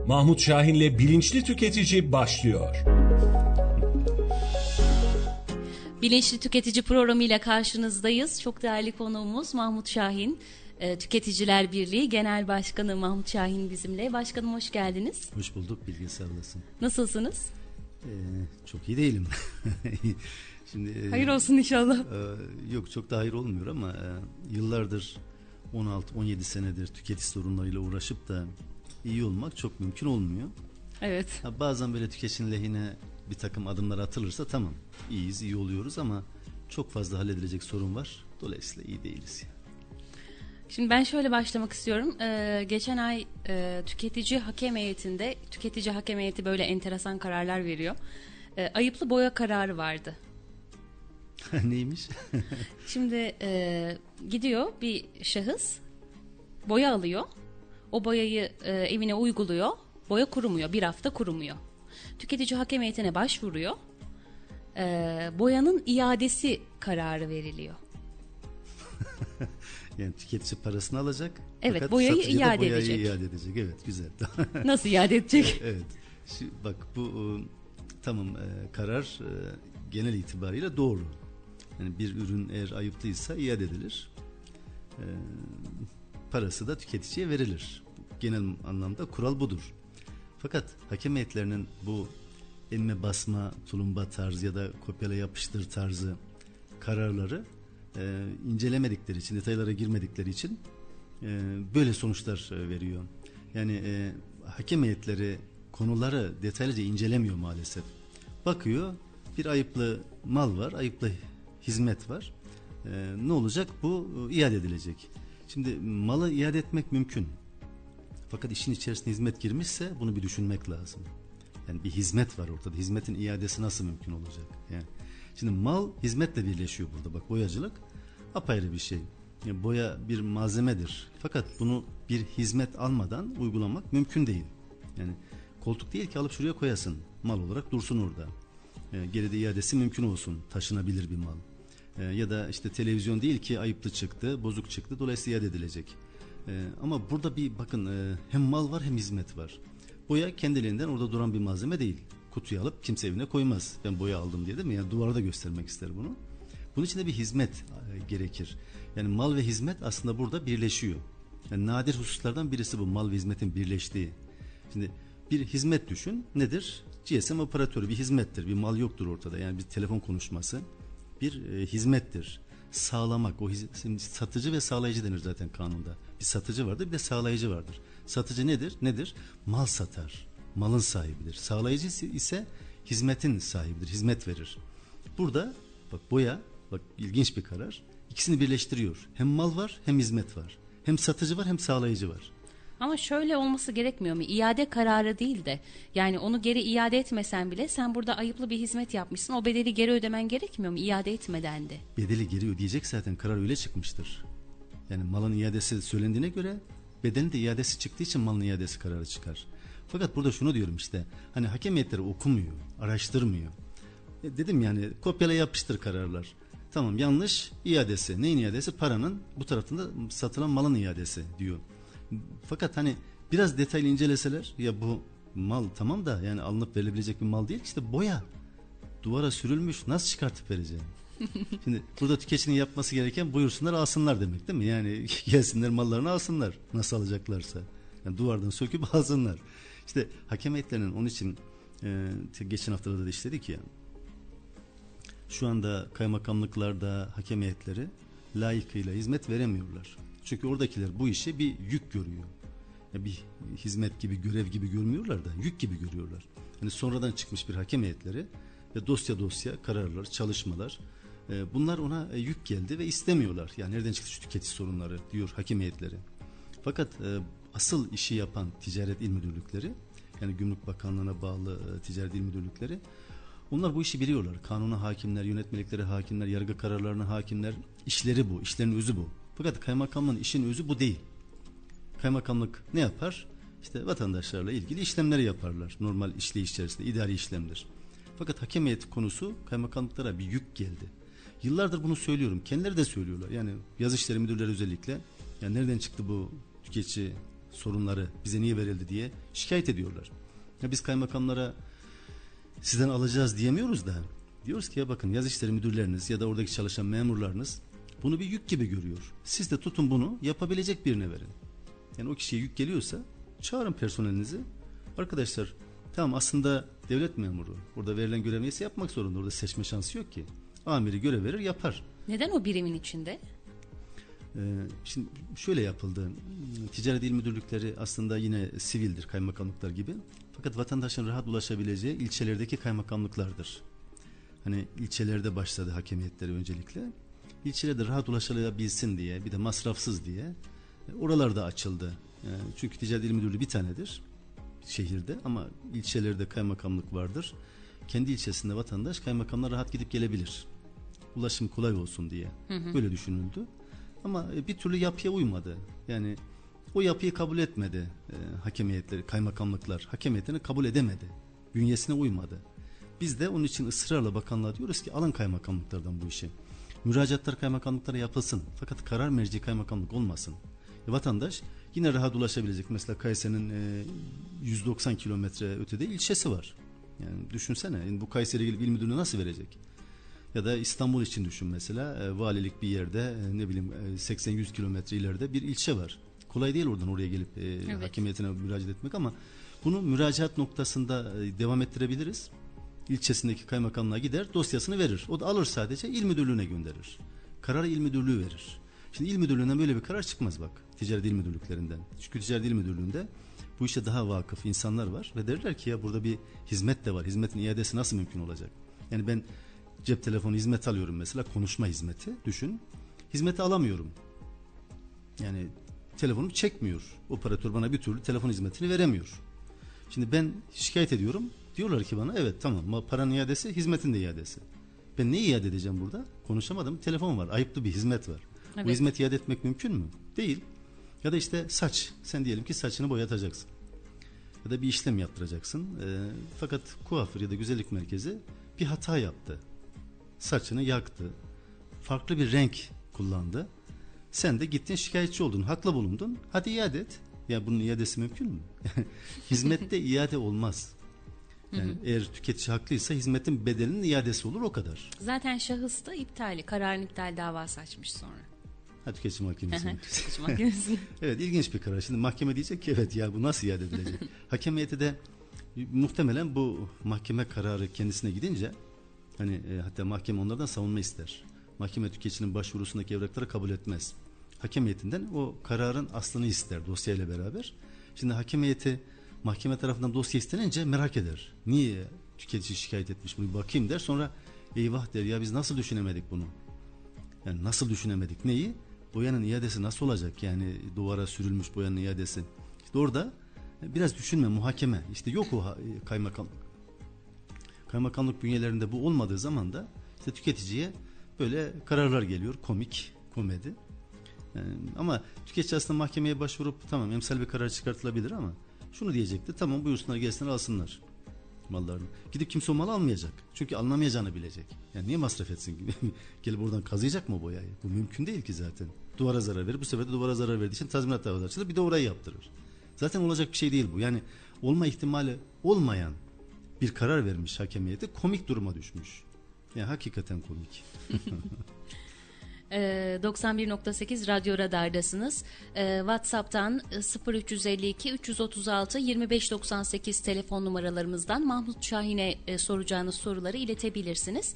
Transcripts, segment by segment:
Mahmut Şahin'le Bilinçli Tüketici başlıyor. Bilinçli Tüketici programıyla karşınızdayız. Çok değerli konuğumuz Mahmut Şahin. Tüketiciler Birliği Genel Başkanı Mahmut Şahin bizimle. Başkanım hoş geldiniz. Hoş bulduk, Bilge sağ olasın. Nasılsınız? Çok iyi değilim. Şimdi hayır olsun inşallah. Yok, çok da hayır olmuyor ama yıllardır 16-17 senedir tüketici sorunlarıyla uğraşıp da iyi olmak çok mümkün olmuyor. Evet. Bazen böyle tüketicinin lehine bir takım adımlar atılırsa tamam, iyiyiz, iyi oluyoruz ama çok fazla halledilecek sorun var. Dolayısıyla iyi değiliz. Şimdi ben şöyle başlamak istiyorum. Geçen ay tüketici hakem heyeti böyle enteresan kararlar veriyor. Ayıplı boya kararı vardı. Neymiş? Şimdi gidiyor bir şahıs, boya alıyor. O boyayı evine uyguluyor. Boya kurumuyor. Bir hafta kurumuyor. Tüketici hakem heyetine başvuruyor. Boyanın iadesi kararı veriliyor. Yani tüketici parasını alacak. Evet, boyayı iade edecek. Evet, güzel. Nasıl iade edecek? Evet. Bak bu tamam, karar genel itibariyle doğru. Yani bir ürün eğer ayıplıysa iade edilir. Parası da tüketiciye verilir. Genel anlamda kural budur. Fakat hakem heyetlerinin bu emme basma, tulumba tarzı ya da kopyala yapıştır tarzı kararları incelemedikleri için, detaylara girmedikleri için böyle sonuçlar veriyor. Yani hakem heyetleri konuları detaylıca incelemiyor maalesef. Bakıyor, bir ayıplı mal var, ayıplı hizmet var. Ne olacak? Bu iade edilecek. Şimdi malı iade etmek mümkün. Fakat işin içerisine hizmet girmişse bunu bir düşünmek lazım. Yani bir hizmet var ortada. Hizmetin iadesi nasıl mümkün olacak? Yani şimdi mal hizmetle birleşiyor burada. Bak, boyacılık apayrı bir şey. Yani boya bir malzemedir. Fakat bunu bir hizmet almadan uygulamak mümkün değil. Yani koltuk değil ki alıp şuraya koyasın. Mal olarak dursun orada. Geride iadesi mümkün olsun. Taşınabilir bir mal. Ya da işte televizyon değil ki ayıplı çıktı, bozuk çıktı. Dolayısıyla iade edilecek. Ama burada bir bakın, hem mal var hem hizmet var. Boya kendiliğinden orada duran bir malzeme değil. Kutuyu alıp kimse evine koymaz. Ben boya aldım diye, değil mi? Yani duvarda göstermek ister bunu. Bunun için de bir hizmet gerekir. Yani mal ve hizmet aslında burada birleşiyor. Yani nadir hususlardan birisi bu, mal ve hizmetin birleştiği. Şimdi bir hizmet düşün. Nedir? GSM operatörü bir hizmettir. Bir mal yoktur ortada. Yani bir telefon konuşması bir hizmettir. Sağlamak, satıcı ve sağlayıcı denir zaten kanunda. Bir satıcı vardır, bir de sağlayıcı vardır. Satıcı nedir? Mal satar. Malın sahibidir. Sağlayıcı ise hizmetin sahibidir. Hizmet verir. Burada bak, boya, bak ilginç bir karar. İkisini birleştiriyor. Hem mal var hem hizmet var. Hem satıcı var hem sağlayıcı var. Ama şöyle olması gerekmiyor mu? İade kararı değil de, yani onu geri iade etmesen bile sen burada ayıplı bir hizmet yapmışsın. O bedeli geri ödemen gerekmiyor mu iade etmeden de? Bedeli geri ödeyecek, zaten karar öyle çıkmıştır. Yani malın iadesi söylendiğine göre bedelin de iadesi çıktığı için malın iadesi kararı çıkar. Fakat burada şunu diyorum işte, hani hakem heyetleri okumuyor, araştırmıyor. Dedim yani kopyala yapıştır kararlar. Tamam, yanlış, iadesi. Neyin iadesi? Paranın bu tarafında satılan malın iadesi diyor. Fakat hani biraz detaylı inceleseler, ya bu mal tamam da yani alınıp verilebilecek bir mal değil, işte boya duvara sürülmüş, nasıl çıkartıp vereceğim? Şimdi burada tüketicinin yapması gereken buyursunlar alsınlar demek, değil mi? Yani gelsinler mallarını alsınlar, nasıl alacaklarsa. Yani duvardan söküp alsınlar. İşte hakem heyetlerinin onun için geçen haftada da işledik ya, şu anda kaymakamlıklarda hakem heyetleri layıkıyla hizmet veremiyorlar. Çünkü oradakiler bu işi bir yük görüyor. Yani bir hizmet gibi, görev gibi görmüyorlar da yük gibi görüyorlar. Yani sonradan çıkmış bir hakem heyetleri ve dosya kararlar, çalışmalar, bunlar ona yük geldi ve istemiyorlar. Yani nereden çıktı şu tüketici sorunları diyor hakem heyetleri. Fakat asıl işi yapan ticaret il müdürlükleri, yani Gümrük Bakanlığı'na bağlı ticaret il müdürlükleri, onlar bu işi biliyorlar. Kanuna hakimler, yönetmeliklere hakimler, yargı kararlarına hakimler. İşleri bu, işlerin özü bu. Fakat kaymakamlığın işin özü bu değil. Kaymakamlık ne yapar? İşte vatandaşlarla ilgili işlemleri yaparlar. Normal işleyiş içerisinde, idari işlemler. Fakat hakem heyeti konusu kaymakamlıklara bir yük geldi. Yıllardır bunu söylüyorum. Kendileri de söylüyorlar. Yani yazı işleri müdürleri özellikle. Yani nereden çıktı bu tüketici sorunları bize niye verildi diye şikayet ediyorlar. Ya biz kaymakamlara sizden alacağız diyemiyoruz da diyoruz ki ya bakın yaz işleri müdürleriniz ya da oradaki çalışan memurlarınız bunu bir yük gibi görüyor. Siz de tutun bunu yapabilecek birine verin. Yani o kişiye yük geliyorsa çağırın personelinizi. Arkadaşlar tamam aslında devlet memuru burada verilen görev neyse yapmak zorunda. Orada seçme şansı yok ki. Amiri görev verir yapar. Neden o birimin içinde? Şimdi şöyle yapıldı. Ticaret il müdürlükleri aslında yine sivildir kaymakamlıklar gibi. Fakat vatandaşın rahat ulaşabileceği ilçelerdeki kaymakamlıklardır. Hani ilçelerde başladı hakemiyetleri öncelikle. İlçelerde rahat ulaşılabilsin diye bir de masrafsız diye oralarda açıldı. Çünkü ticaret il müdürlüğü bir tanedir şehirde ama ilçelerde kaymakamlık vardır. Kendi ilçesinde vatandaş kaymakamla rahat gidip gelebilir. Ulaşım kolay olsun diye. Böyle düşünüldü. Ama bir türlü yapıya uymadı. Yani o yapıyı kabul etmedi hakemiyetleri, kaymakamlıklar. Hakemiyetini kabul edemedi. Bünyesine uymadı. Biz de onun için ısrarla bakanlığa diyoruz ki alın kaymakamlıklardan bu işi. Müracaatlar kaymakamlıklara yapılsın. Fakat karar merci kaymakamlık olmasın. Vatandaş yine rahat ulaşabilecek. Mesela Kayseri'nin 190 kilometre ötede ilçesi var. Yani düşünsene yani bu Kayseri il müdürlüğü nasıl verecek? Ya da İstanbul için düşün mesela valilik bir yerde ne bileyim 80-100 kilometre ileride bir ilçe var. Kolay değil oradan oraya gelip evet. Hakemiyetine müracaat etmek ama bunu müracaat noktasında devam ettirebiliriz. İlçesindeki kaymakamlığa gider dosyasını verir. O da alır sadece il müdürlüğüne gönderir. Kararı il müdürlüğü verir. Şimdi il müdürlüğünden böyle bir karar çıkmaz bak. Ticaret il müdürlüklerinden. Çünkü ticaret il müdürlüğünde bu işe daha vakıf insanlar var ve derler ki ya burada bir hizmet de var. Hizmetin iadesi nasıl mümkün olacak? Yani ben cep telefonu hizmet alıyorum mesela konuşma hizmeti düşün. Hizmeti alamıyorum. Yani telefonum çekmiyor. Operatör bana bir türlü telefon hizmetini veremiyor. Şimdi ben şikayet ediyorum. Diyorlar ki bana evet tamam paranın iadesi hizmetin de iadesi. Ben ne iade edeceğim burada? Konuşamadım. Telefon var. Ayıplı bir hizmet var. Evet. Bu hizmeti iade etmek mümkün mü? Değil. Ya da işte saç. Sen diyelim ki saçını boyatacaksın. Ya da bir işlem yaptıracaksın. Fakat kuaför ya da güzellik merkezi bir hata yaptı. Saçını yaktı. Farklı bir renk kullandı. Sen de gittin şikayetçi oldun. Haklı bulundun. Hadi iade et. Ya bunun iadesi mümkün mü? Hizmette iade olmaz. Yani eğer tüketici haklıysa hizmetin bedelinin iadesi olur o kadar. Zaten şahıs da kararın iptal davası açmış sonra. Tüketici mahkemesi. Tüketici mahkemesi. Evet ilginç bir karar. Şimdi mahkeme diyecek ki evet ya bu nasıl iade edilecek? Hakemiyeti de muhtemelen bu mahkeme kararı kendisine gidince hani hatta mahkeme onlardan savunma ister. Mahkeme tüketicinin başvurusundaki evrakları kabul etmez. Hakem heyetinden o kararın aslını ister dosyayla beraber. Şimdi hakem heyeti mahkeme tarafından dosya istenince merak eder. Niye tüketici şikayet etmiş bunu bakayım der. Sonra eyvah der ya biz nasıl düşünemedik bunu? Yani nasıl düşünemedik? Neyi? Boyanın iadesi nasıl olacak? Yani duvara sürülmüş boyanın iadesi. İşte orada biraz düşünme, muhakeme. İşte yok o kaymakamlık. Kaymakamlık bünyelerinde bu olmadığı zaman da işte tüketiciye böyle kararlar geliyor. Komik, komedi. Ama tüketici aslında mahkemeye başvurup tamam emsal bir karar çıkartılabilir ama şunu diyecekti. Tamam buyursunlar gelsinler alsınlar mallarını. Gidip kimse o malı almayacak. Çünkü alınamayacağını bilecek. Yani niye masraf etsin gibi. Gelip oradan kazıyacak mı boyayı? Bu mümkün değil ki zaten. Duvara zarar verir. Bu sefer de duvara zarar verdiği için tazminat davası açılır. Bir de orayı yaptırır. Zaten olacak bir şey değil bu. Yani olma ihtimali olmayan bir karar vermiş hakemiyeti komik duruma düşmüş. Yani hakikaten komik. 91.8 Radyo Radar'dasınız. WhatsApp'tan 0352 336 2598 telefon numaralarımızdan Mahmut Şahin'e soracağınız soruları iletebilirsiniz.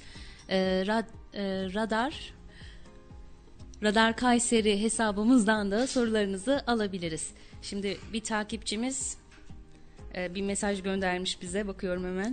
Radar Kayseri hesabımızdan da sorularınızı alabiliriz. Şimdi bir takipçimiz bir mesaj göndermiş bize. Bakıyorum hemen.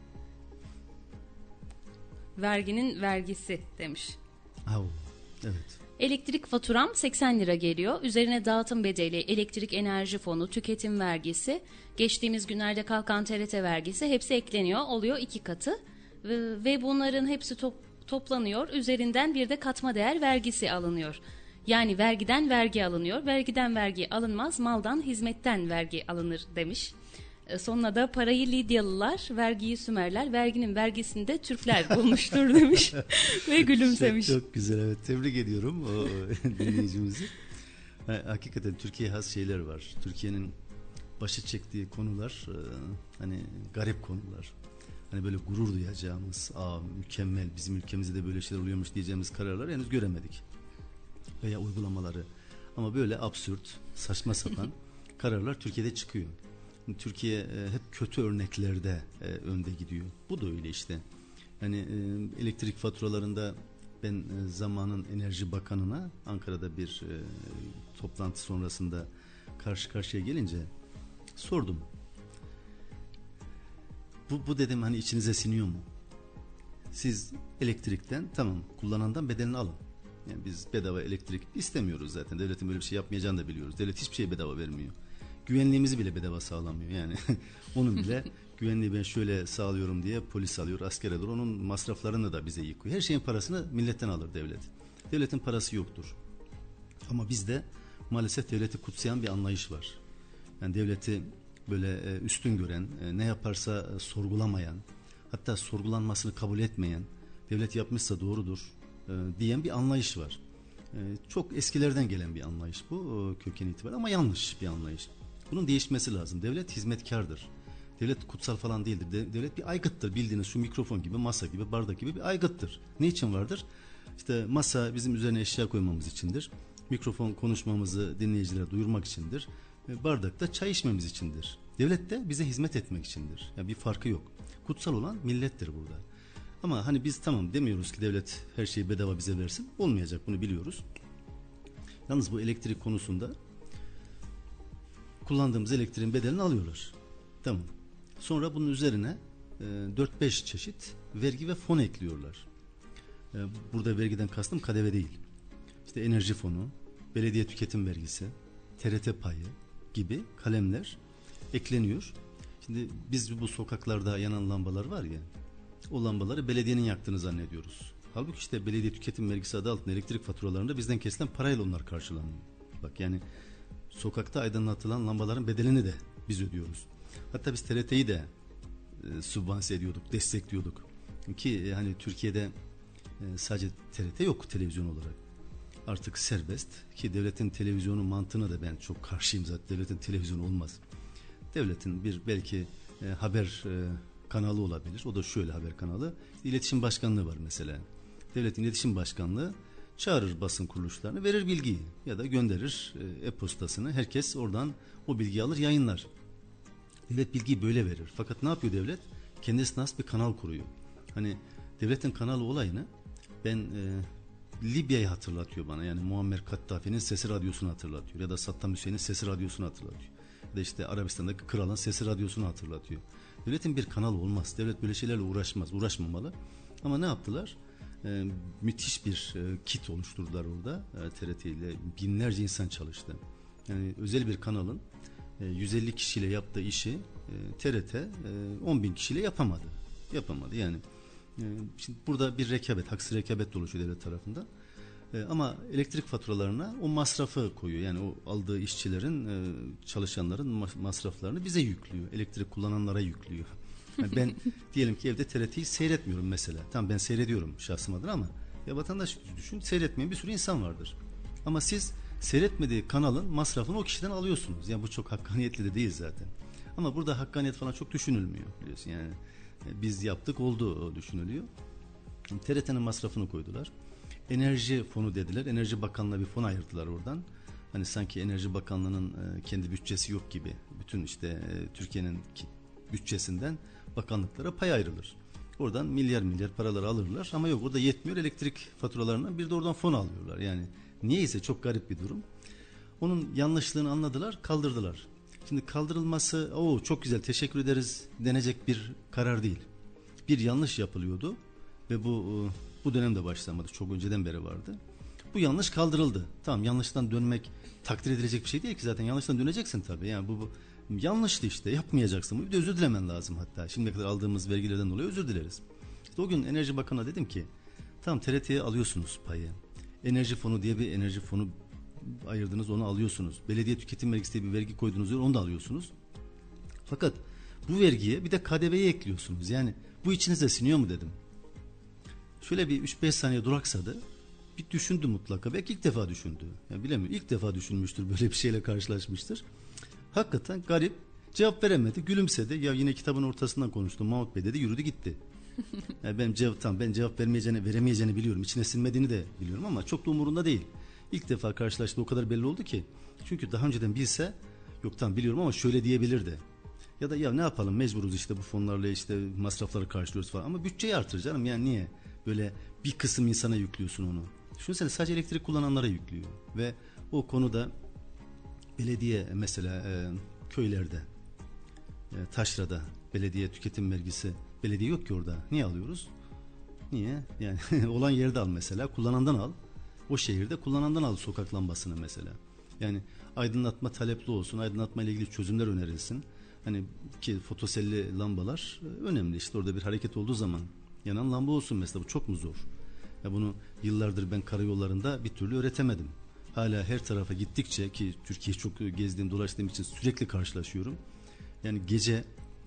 Verginin vergisi demiş. Evet. Elektrik faturam 80 lira geliyor. Üzerine dağıtım bedeli, elektrik enerji fonu, tüketim vergisi, geçtiğimiz günlerde kalkan TRT vergisi hepsi ekleniyor. Oluyor 2 katı. Ve bunların hepsi toplanıyor. Üzerinden bir de katma değer vergisi alınıyor. Yani vergiden vergi alınıyor. Vergiden vergi alınmaz, maldan, hizmetten vergi alınır demiş. Sonuna da parayı Lidyalılar, vergiyi Sümerler, verginin vergisini de Türkler bulmuştur demiş ve gülümsemiş. Çok güzel, evet, tebrik ediyorum o dinleyicimizi. Hakikaten Türkiye'ye has şeyler var. Türkiye'nin başı çektiği konular hani garip konular. Hani böyle gurur duyacağımız, mükemmel, bizim ülkemizde de böyle şeyler oluyormuş diyeceğimiz kararlar henüz göremedik. Veya uygulamaları. Ama böyle absürt, saçma sapan kararlar Türkiye'de çıkıyor. Türkiye hep kötü örneklerde önde gidiyor. Bu da öyle işte. Yani elektrik faturalarında ben zamanın Enerji Bakanı'na Ankara'da bir toplantı sonrasında karşı karşıya gelince sordum. Bu dedim hani içinize siniyor mu? Siz elektrikten tamam kullanandan bedelini alın. Yani biz bedava elektrik istemiyoruz zaten. Devletin böyle bir şey yapmayacağını da biliyoruz. Devlet hiçbir şey bedava vermiyor. Güvenliğimizi bile bedava sağlamıyor yani. Onun bile güvenliği ben şöyle sağlıyorum diye polis alıyor, asker alıyor. Onun masraflarını da bize yıkıyor. Her şeyin parasını milletten alır devlet. Devletin parası yoktur. Ama bizde maalesef devleti kutsayan bir anlayış var. Yani devleti böyle üstün gören, ne yaparsa sorgulamayan, hatta sorgulanmasını kabul etmeyen, devlet yapmışsa doğrudur diyen bir anlayış var. Çok eskilerden gelen bir anlayış bu köken itibariyle ama yanlış bir anlayış. Bunun değişmesi lazım. Devlet hizmetkardır. Devlet kutsal falan değildir. Devlet bir aygıttır. Bildiğiniz şu mikrofon gibi, masa gibi, bardak gibi bir aygıttır. Ne için vardır? İşte masa bizim üzerine eşya koymamız içindir. Mikrofon konuşmamızı dinleyicilere duyurmak içindir. Bardak da çay içmemiz içindir. Devlet de bize hizmet etmek içindir. Yani bir farkı yok. Kutsal olan millettir burada. Ama hani biz tamam demiyoruz ki devlet her şeyi bedava bize versin. Olmayacak, bunu biliyoruz. Yalnız bu elektrik konusunda kullandığımız elektriğin bedelini alıyorlar. Tamam. Sonra bunun üzerine 4-5 çeşit vergi ve fon ekliyorlar. Burada vergiden kastım KDV değil. İşte enerji fonu, belediye tüketim vergisi, TRT payı gibi kalemler ekleniyor. Şimdi biz bu sokaklarda yanan lambalar var ya, o lambaları belediyenin yaktığını zannediyoruz. Halbuki işte belediye tüketim vergisi adı altında elektrik faturalarında bizden kesilen parayla onlar karşılanıyor. Bak yani sokakta aydınlatılan lambaların bedelini de biz ödüyoruz. Hatta biz TRT'yi de sübvanse ediyorduk, destekliyorduk. Ki hani Türkiye'de sadece TRT yok televizyon olarak. Artık serbest ki devletin televizyonu mantığına da ben çok karşıyım zaten. Devletin televizyonu olmaz. Devletin bir belki haber kanalı olabilir. O da şöyle haber kanalı. İletişim Başkanlığı var mesela. Devletin İletişim Başkanlığı çağırır basın kuruluşlarını, verir bilgiyi ya da gönderir e-postasını. Herkes oradan o bilgiyi alır, yayınlar. Devlet bilgiyi böyle verir. Fakat ne yapıyor devlet? Kendisine has bir kanal kuruyor. Hani devletin kanalı olayını ben Libya'yı hatırlatıyor bana. Yani Muammer Kaddafi'nin Sesi Radyosu'nu hatırlatıyor. Ya da Saddam Hüseyin'in Sesi Radyosu'nu hatırlatıyor. Ya da işte Arabistan'daki kralın Sesi Radyosu'nu hatırlatıyor. Devletin bir kanalı olmaz. Devlet böyle şeylerle uğraşmaz, uğraşmamalı. Ama ne yaptılar? Müthiş bir kit oluşturdular orada. TRT ile binlerce insan çalıştı. Yani özel bir kanalın 150 kişiyle yaptığı işi TRT 10.000 kişiyle yapamadı. Yapamadı yani. Şimdi burada bir rekabet, haksız rekabet de oluşuyor devlet tarafından. Ama elektrik faturalarına o masrafı koyuyor. Yani o aldığı işçilerin, çalışanların masraflarını bize yüklüyor. Elektrik kullananlara yüklüyor. Yani ben diyelim ki evde TRT'yi seyretmiyorum mesela. Tamam ben seyrediyorum şahsım adına ama ya vatandaş düşün, seyretmeyen bir sürü insan vardır. Ama siz seyretmediği kanalın masrafını o kişiden alıyorsunuz. Yani bu çok hakkaniyetli de değil zaten. Ama burada hakkaniyet falan çok düşünülmüyor biliyorsun yani. Biz yaptık oldu düşünülüyor. TRT'nin masrafını koydular. Enerji fonu dediler. Enerji Bakanlığı'na bir fon ayırdılar oradan. Hani sanki Enerji Bakanlığı'nın kendi bütçesi yok gibi. Bütün işte Türkiye'nin bütçesinden bakanlıklara pay ayrılır. Oradan milyar milyar paraları alırlar ama yok orada yetmiyor, elektrik faturalarına bir de oradan fon alıyorlar. Yani niyeyse çok garip bir durum. Onun yanlışlığını anladılar, kaldırdılar. Şimdi kaldırılması çok güzel teşekkür ederiz denecek bir karar değil. Bir yanlış yapılıyordu ve bu dönemde başlamadı. Çok önceden beri vardı. Bu yanlış kaldırıldı. Tamam yanlıştan dönmek takdir edilecek bir şey değil ki zaten yanlıştan döneceksin tabii. Yani bu yanlıştı işte yapmayacaksın. Bir de özür dilemen lazım hatta. Şimdiye kadar aldığımız vergilerden dolayı özür dileriz. İşte o gün Enerji Bakanı'na dedim ki tamam TRT'ye alıyorsunuz payı. Enerji fonu diye bir enerji fonu ayırdınız onu alıyorsunuz. Belediye tüketim vergisi diye bir vergi koydunuz onu da alıyorsunuz. Fakat bu vergiye bir de KDV'yi ekliyorsunuz. Yani bu içinize siniyor mu dedim. Şöyle bir 3-5 saniye duraksadı. bir düşündü mutlaka. Belki ilk defa düşündü. Yani bilemiyorum. İlk defa düşünmüştür. Böyle bir şeyle karşılaşmıştır. Hakikaten garip. Cevap veremedi. Gülümsedi. Ya yine kitabın ortasından konuştu. Mahmut Bey dedi. Yürüdü gitti. Yani ben cevap veremeyeceğini biliyorum. İçine sinmediğini de biliyorum ama çok da umurunda değil. İlk defa karşılaştı. O kadar belli oldu ki. Çünkü daha önceden bilse yok tamam biliyorum ama şöyle diyebilirdi. Ya da ya ne yapalım mecburuz işte bu fonlarla işte masrafları karşılıyoruz falan. Ama bütçeyi artır canım yani niye? Böyle bir kısım insana yüklüyorsun onu. Düşünsene sadece elektrik kullananlara yüklüyor. Ve o konuda belediye mesela köylerde taşrada belediye tüketim vergisi belediye yok ki orada. Niye alıyoruz? Niye? Yani olan yerde al mesela kullanandan al. O şehirde kullanandan al sokak lambasını mesela. Yani aydınlatma talepli olsun. Aydınlatma ile ilgili çözümler önerilsin. Hani ki fotoselli lambalar önemli. İşte orada bir hareket olduğu zaman yanan lamba olsun mesela. Bu çok mu zor? Ya bunu yıllardır ben karayollarında bir türlü öğretemedim. Hala her tarafa gittikçe ki Türkiye'yi çok gezdiğim dolaştığım için sürekli karşılaşıyorum. Yani gece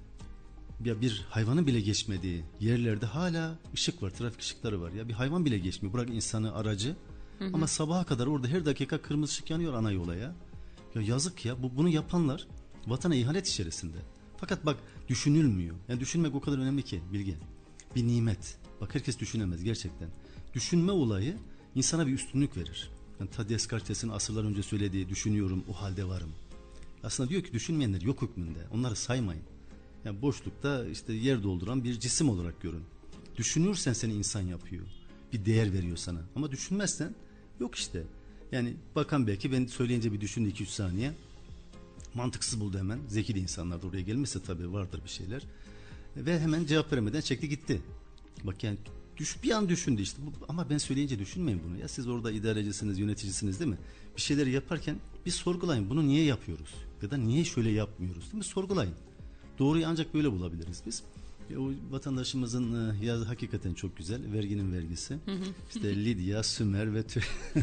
ya bir hayvanın bile geçmediği yerlerde hala ışık var, trafik ışıkları var. Ya bir hayvan bile geçmiyor. Bırak insanı, aracı. Ama sabaha kadar orada her dakika kırmızı ışık yanıyor ana yola ya. Ya yazık ya. Bunu yapanlar vatana ihanet içerisinde. Fakat bak düşünülmüyor. Yani düşünmek o kadar önemli ki Bilge. Bir nimet. Bak herkes düşünemez gerçekten. Düşünme olayı insana bir üstünlük verir. Yani Thaddeus Cartes'in asırlar önce söylediği düşünüyorum o halde varım. Aslında diyor ki düşünmeyenler yok hükmünde. Onları saymayın. Yani boşlukta işte yer dolduran bir cisim olarak görün. Düşünürsen seni insan yapıyor. Bir değer veriyor sana. Ama düşünmezsen yok işte. Yani bakan belki ben söyleyince bir düşündü 2-3 saniye. Mantıksız buldu hemen. Zeki de insanlar da oraya gelmişse tabii vardır bir şeyler. Ve hemen cevap veremeden çekti gitti. Bak yani bir an düşündü işte. Ama ben söyleyince düşünmeyin bunu. Ya siz orada idarecisiniz, yöneticisiniz değil mi? Bir şeyleri yaparken bir sorgulayın. Bunu niye yapıyoruz? Ya da niye şöyle yapmıyoruz? Değil mi? Sorgulayın. Doğruyu ancak böyle bulabiliriz biz. O vatandaşımızın yazı hakikaten çok güzel. Verginin vergisi. İşte Lidya, Sümer ve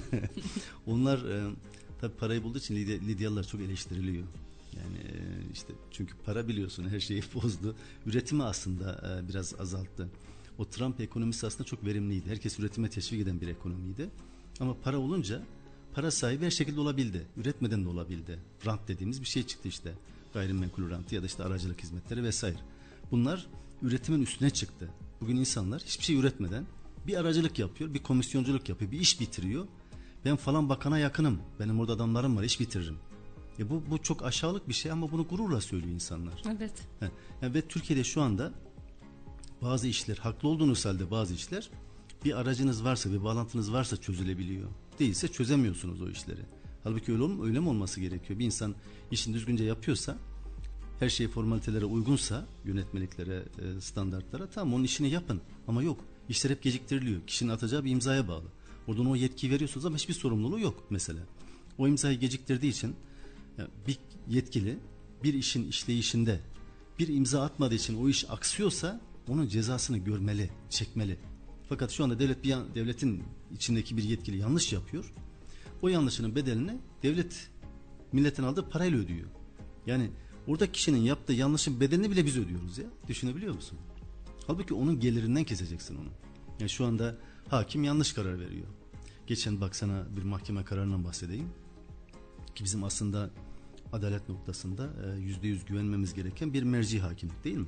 onlar tabii parayı bulduğu için Lidyalılar çok eleştiriliyor. Yani işte çünkü para biliyorsun her şeyi bozdu. Üretimi aslında biraz azalttı. O Trump ekonomisi aslında çok verimliydi. Herkes üretime teşvik eden bir ekonomiydi. Ama para olunca para sahibi her şekilde olabildi. Üretmeden de olabildi. Rant dediğimiz bir şey çıktı işte. Gayrimenkul rantı ya da işte aracılık hizmetleri vesaire. Bunlar üretimin üstüne çıktı. Bugün insanlar hiçbir şey üretmeden bir aracılık yapıyor, bir komisyonculuk yapıyor, bir iş bitiriyor. Ben falan bakana yakınım. Benim orada adamlarım var, iş bitiririm. Bu çok aşağılık bir şey ama bunu gururla söylüyor insanlar. Evet. Yani ve Türkiye'de şu anda bazı işler, haklı olduğunuz halde bazı işler bir aracınız varsa, bir bağlantınız varsa çözülebiliyor. Değilse çözemiyorsunuz o işleri. Halbuki öyle mi olması gerekiyor? Bir insan işini düzgünce yapıyorsa, her şey formalitelere uygunsa, yönetmeliklere, standartlara tamam onun işini yapın. Ama yok, işler hep geciktiriliyor. Kişinin atacağı bir imzaya bağlı. Oradan o yetkiyi veriyorsunuz ama hiçbir sorumluluğu yok mesela. O imzayı geciktirdiği için bir yetkili bir işin işleyişinde bir imza atmadığı için o iş aksıyorsa onun cezasını görmeli, çekmeli. Fakat şu anda devletin içindeki bir yetkili yanlış yapıyor. O yanlışının bedelini devlet milletin aldığı parayla ödüyor. Yani orada kişinin yaptığı yanlışın bedelini bile biz ödüyoruz ya. Düşünebiliyor musun? Halbuki onun gelirinden keseceksin onu. Yani şu anda hakim yanlış karar veriyor. Geçen bak sana bir mahkeme kararından bahsedeyim. Ki bizim aslında adalet noktasında %100 güvenmemiz gereken bir merci hakimlik değil mi?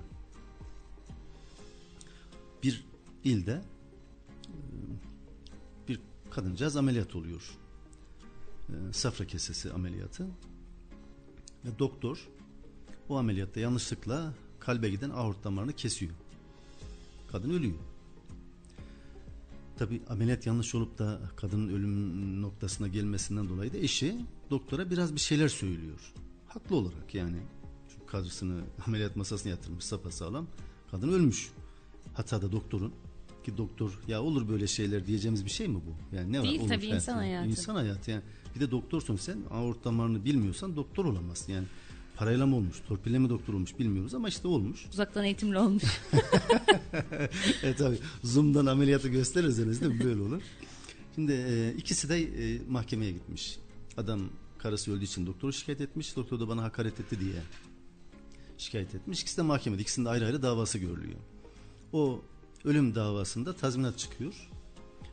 Bir ilde bir kadıncağız ameliyat oluyor. Safra kesesi ameliyatı. Ve doktor o ameliyatta yanlışlıkla kalbe giden aort damarını kesiyor. Kadın ölüyor. Tabi ameliyat yanlış olup da kadının ölüm noktasına gelmesinden dolayı da eşi doktora biraz bir şeyler söylüyor. Haklı olarak yani. Çünkü karısını ameliyat masasına yatırmış sapasağlam. Kadın ölmüş. Hatta da doktorun ki doktor ya olur böyle şeyler diyeceğimiz bir şey mi bu? Yani ne var? Değil olur, tabii insan hayatı. İnsan hayatı yani. Bir de doktorsun sen aort damarını bilmiyorsan doktor olamazsın yani. Parayla mı olmuş, torpille mi doktor olmuş bilmiyoruz ama işte olmuş. Uzaktan eğitimli olmuş. Tabii Zoom'dan ameliyatı gösterirseniz de böyle olur. Şimdi ikisi de mahkemeye gitmiş. Adam karısı öldüğü için doktoru şikayet etmiş. Doktor da bana hakaret etti diye şikayet etmiş. İkisi de mahkemede. İkisinin de ayrı ayrı davası görülüyor. O ölüm davasında tazminat çıkıyor.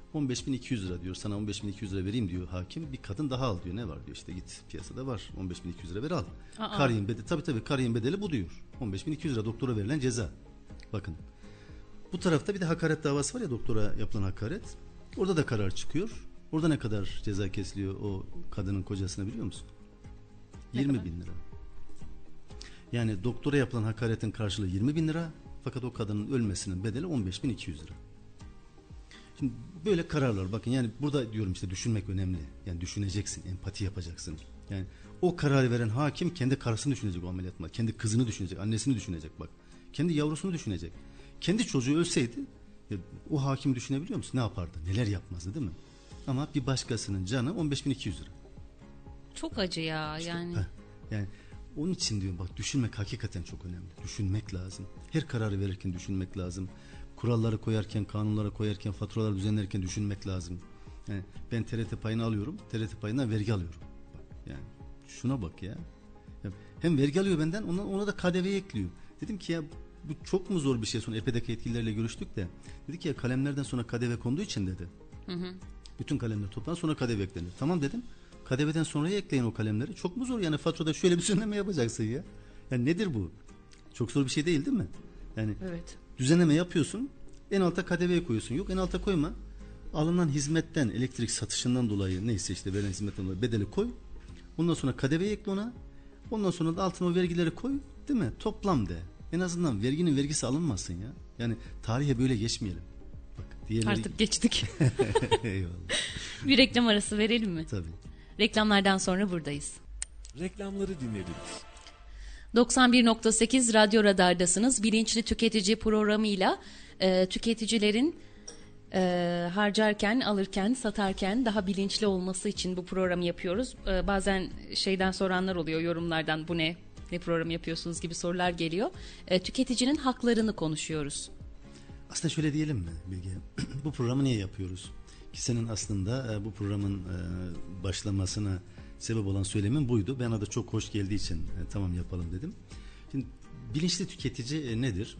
15.200 lira diyor. Sana 15.200 lira vereyim diyor hakim. Bir kadın daha al diyor. Ne var diyor. İşte git piyasada var. 15.200 lira ver al. Kariyin bedeli, tabii kariyin bedeli bu diyor. 15.200 lira doktora verilen ceza. Bakın. Bu tarafta bir de hakaret davası var ya, doktora yapılan hakaret. Orada da karar çıkıyor. Orada ne kadar ceza kesiliyor o kadının kocasına biliyor musun? 20 bin lira. Yani doktora yapılan hakaretin karşılığı 20 bin lira. Fakat o kadının ölmesinin bedeli 15.200 lira. Şimdi böyle kararlar, bakın yani burada diyorum işte düşünmek önemli. Yani düşüneceksin, empati yapacaksın. Yani o kararı veren hakim kendi karısını düşünecek o ameliyatında. Kendi kızını düşünecek, annesini düşünecek bak. Kendi yavrusunu düşünecek. Kendi çocuğu ölseydi o hakim düşünebiliyor musun? Ne yapardı? Neler yapmazdı değil mi? Ama bir başkasının canı 15.200 lira. Çok acı ya yani. Yani onun için diyorum bak, düşünmek hakikaten çok önemli. Düşünmek lazım. Her kararı verirken düşünmek lazım. Kuralları koyarken, kanunları koyarken, faturaları düzenlerken düşünmek lazım. Yani ben TRT payını alıyorum. TRT payından vergi alıyorum. Bak, yani şuna bak ya. Hem vergi alıyor benden, ona da KDV ekliyor. Dedim ki ya bu çok mu zor bir şey? Sonra EP'deki yetkililerle görüştük de. Dedi ki ya kalemlerden sonra KDV konduğu için dedi. Bütün kalemler toplanır sonra KDV eklenir. Tamam dedim. KDV'den sonraya ekleyin o kalemleri. Çok mu zor yani, faturada şöyle bir düzenleme yapacaksın ya. Yani nedir bu? Çok zor bir şey değil mi? Yani Evet. düzenleme yapıyorsun. En alta KDV'yi koyuyorsun. Yok en alta koyma. Alınan hizmetten, elektrik satışından dolayı neyse işte verilen hizmetten dolayı bedeli koy. Ondan sonra KDV'yi ekle ona. Ondan sonra da altına o vergileri koy. Değil mi? Toplam de. En azından verginin vergisi alınmasın ya. Yani tarihe böyle geçmeyelim. Bak, diğerleri... Artık geçtik. Eyvallah. Bir reklam arası verelim mi? Tabii. Reklamlardan sonra buradayız. Reklamları dinlediniz. 91.8 Radyo Radar'dasınız. Bilinçli Tüketici programıyla tüketicilerin harcarken, alırken, satarken daha bilinçli olması için bu programı yapıyoruz. Bazen şeyden soranlar oluyor, yorumlardan bu ne program yapıyorsunuz gibi sorular geliyor. Tüketicinin haklarını konuşuyoruz. Aslında şöyle diyelim mi Bilge? Bu programı niye yapıyoruz? Ki senin aslında bu programın başlamasına sebep olan söylemin buydu. Bana da çok hoş geldiği için tamam yapalım dedim. Şimdi bilinçli tüketici nedir?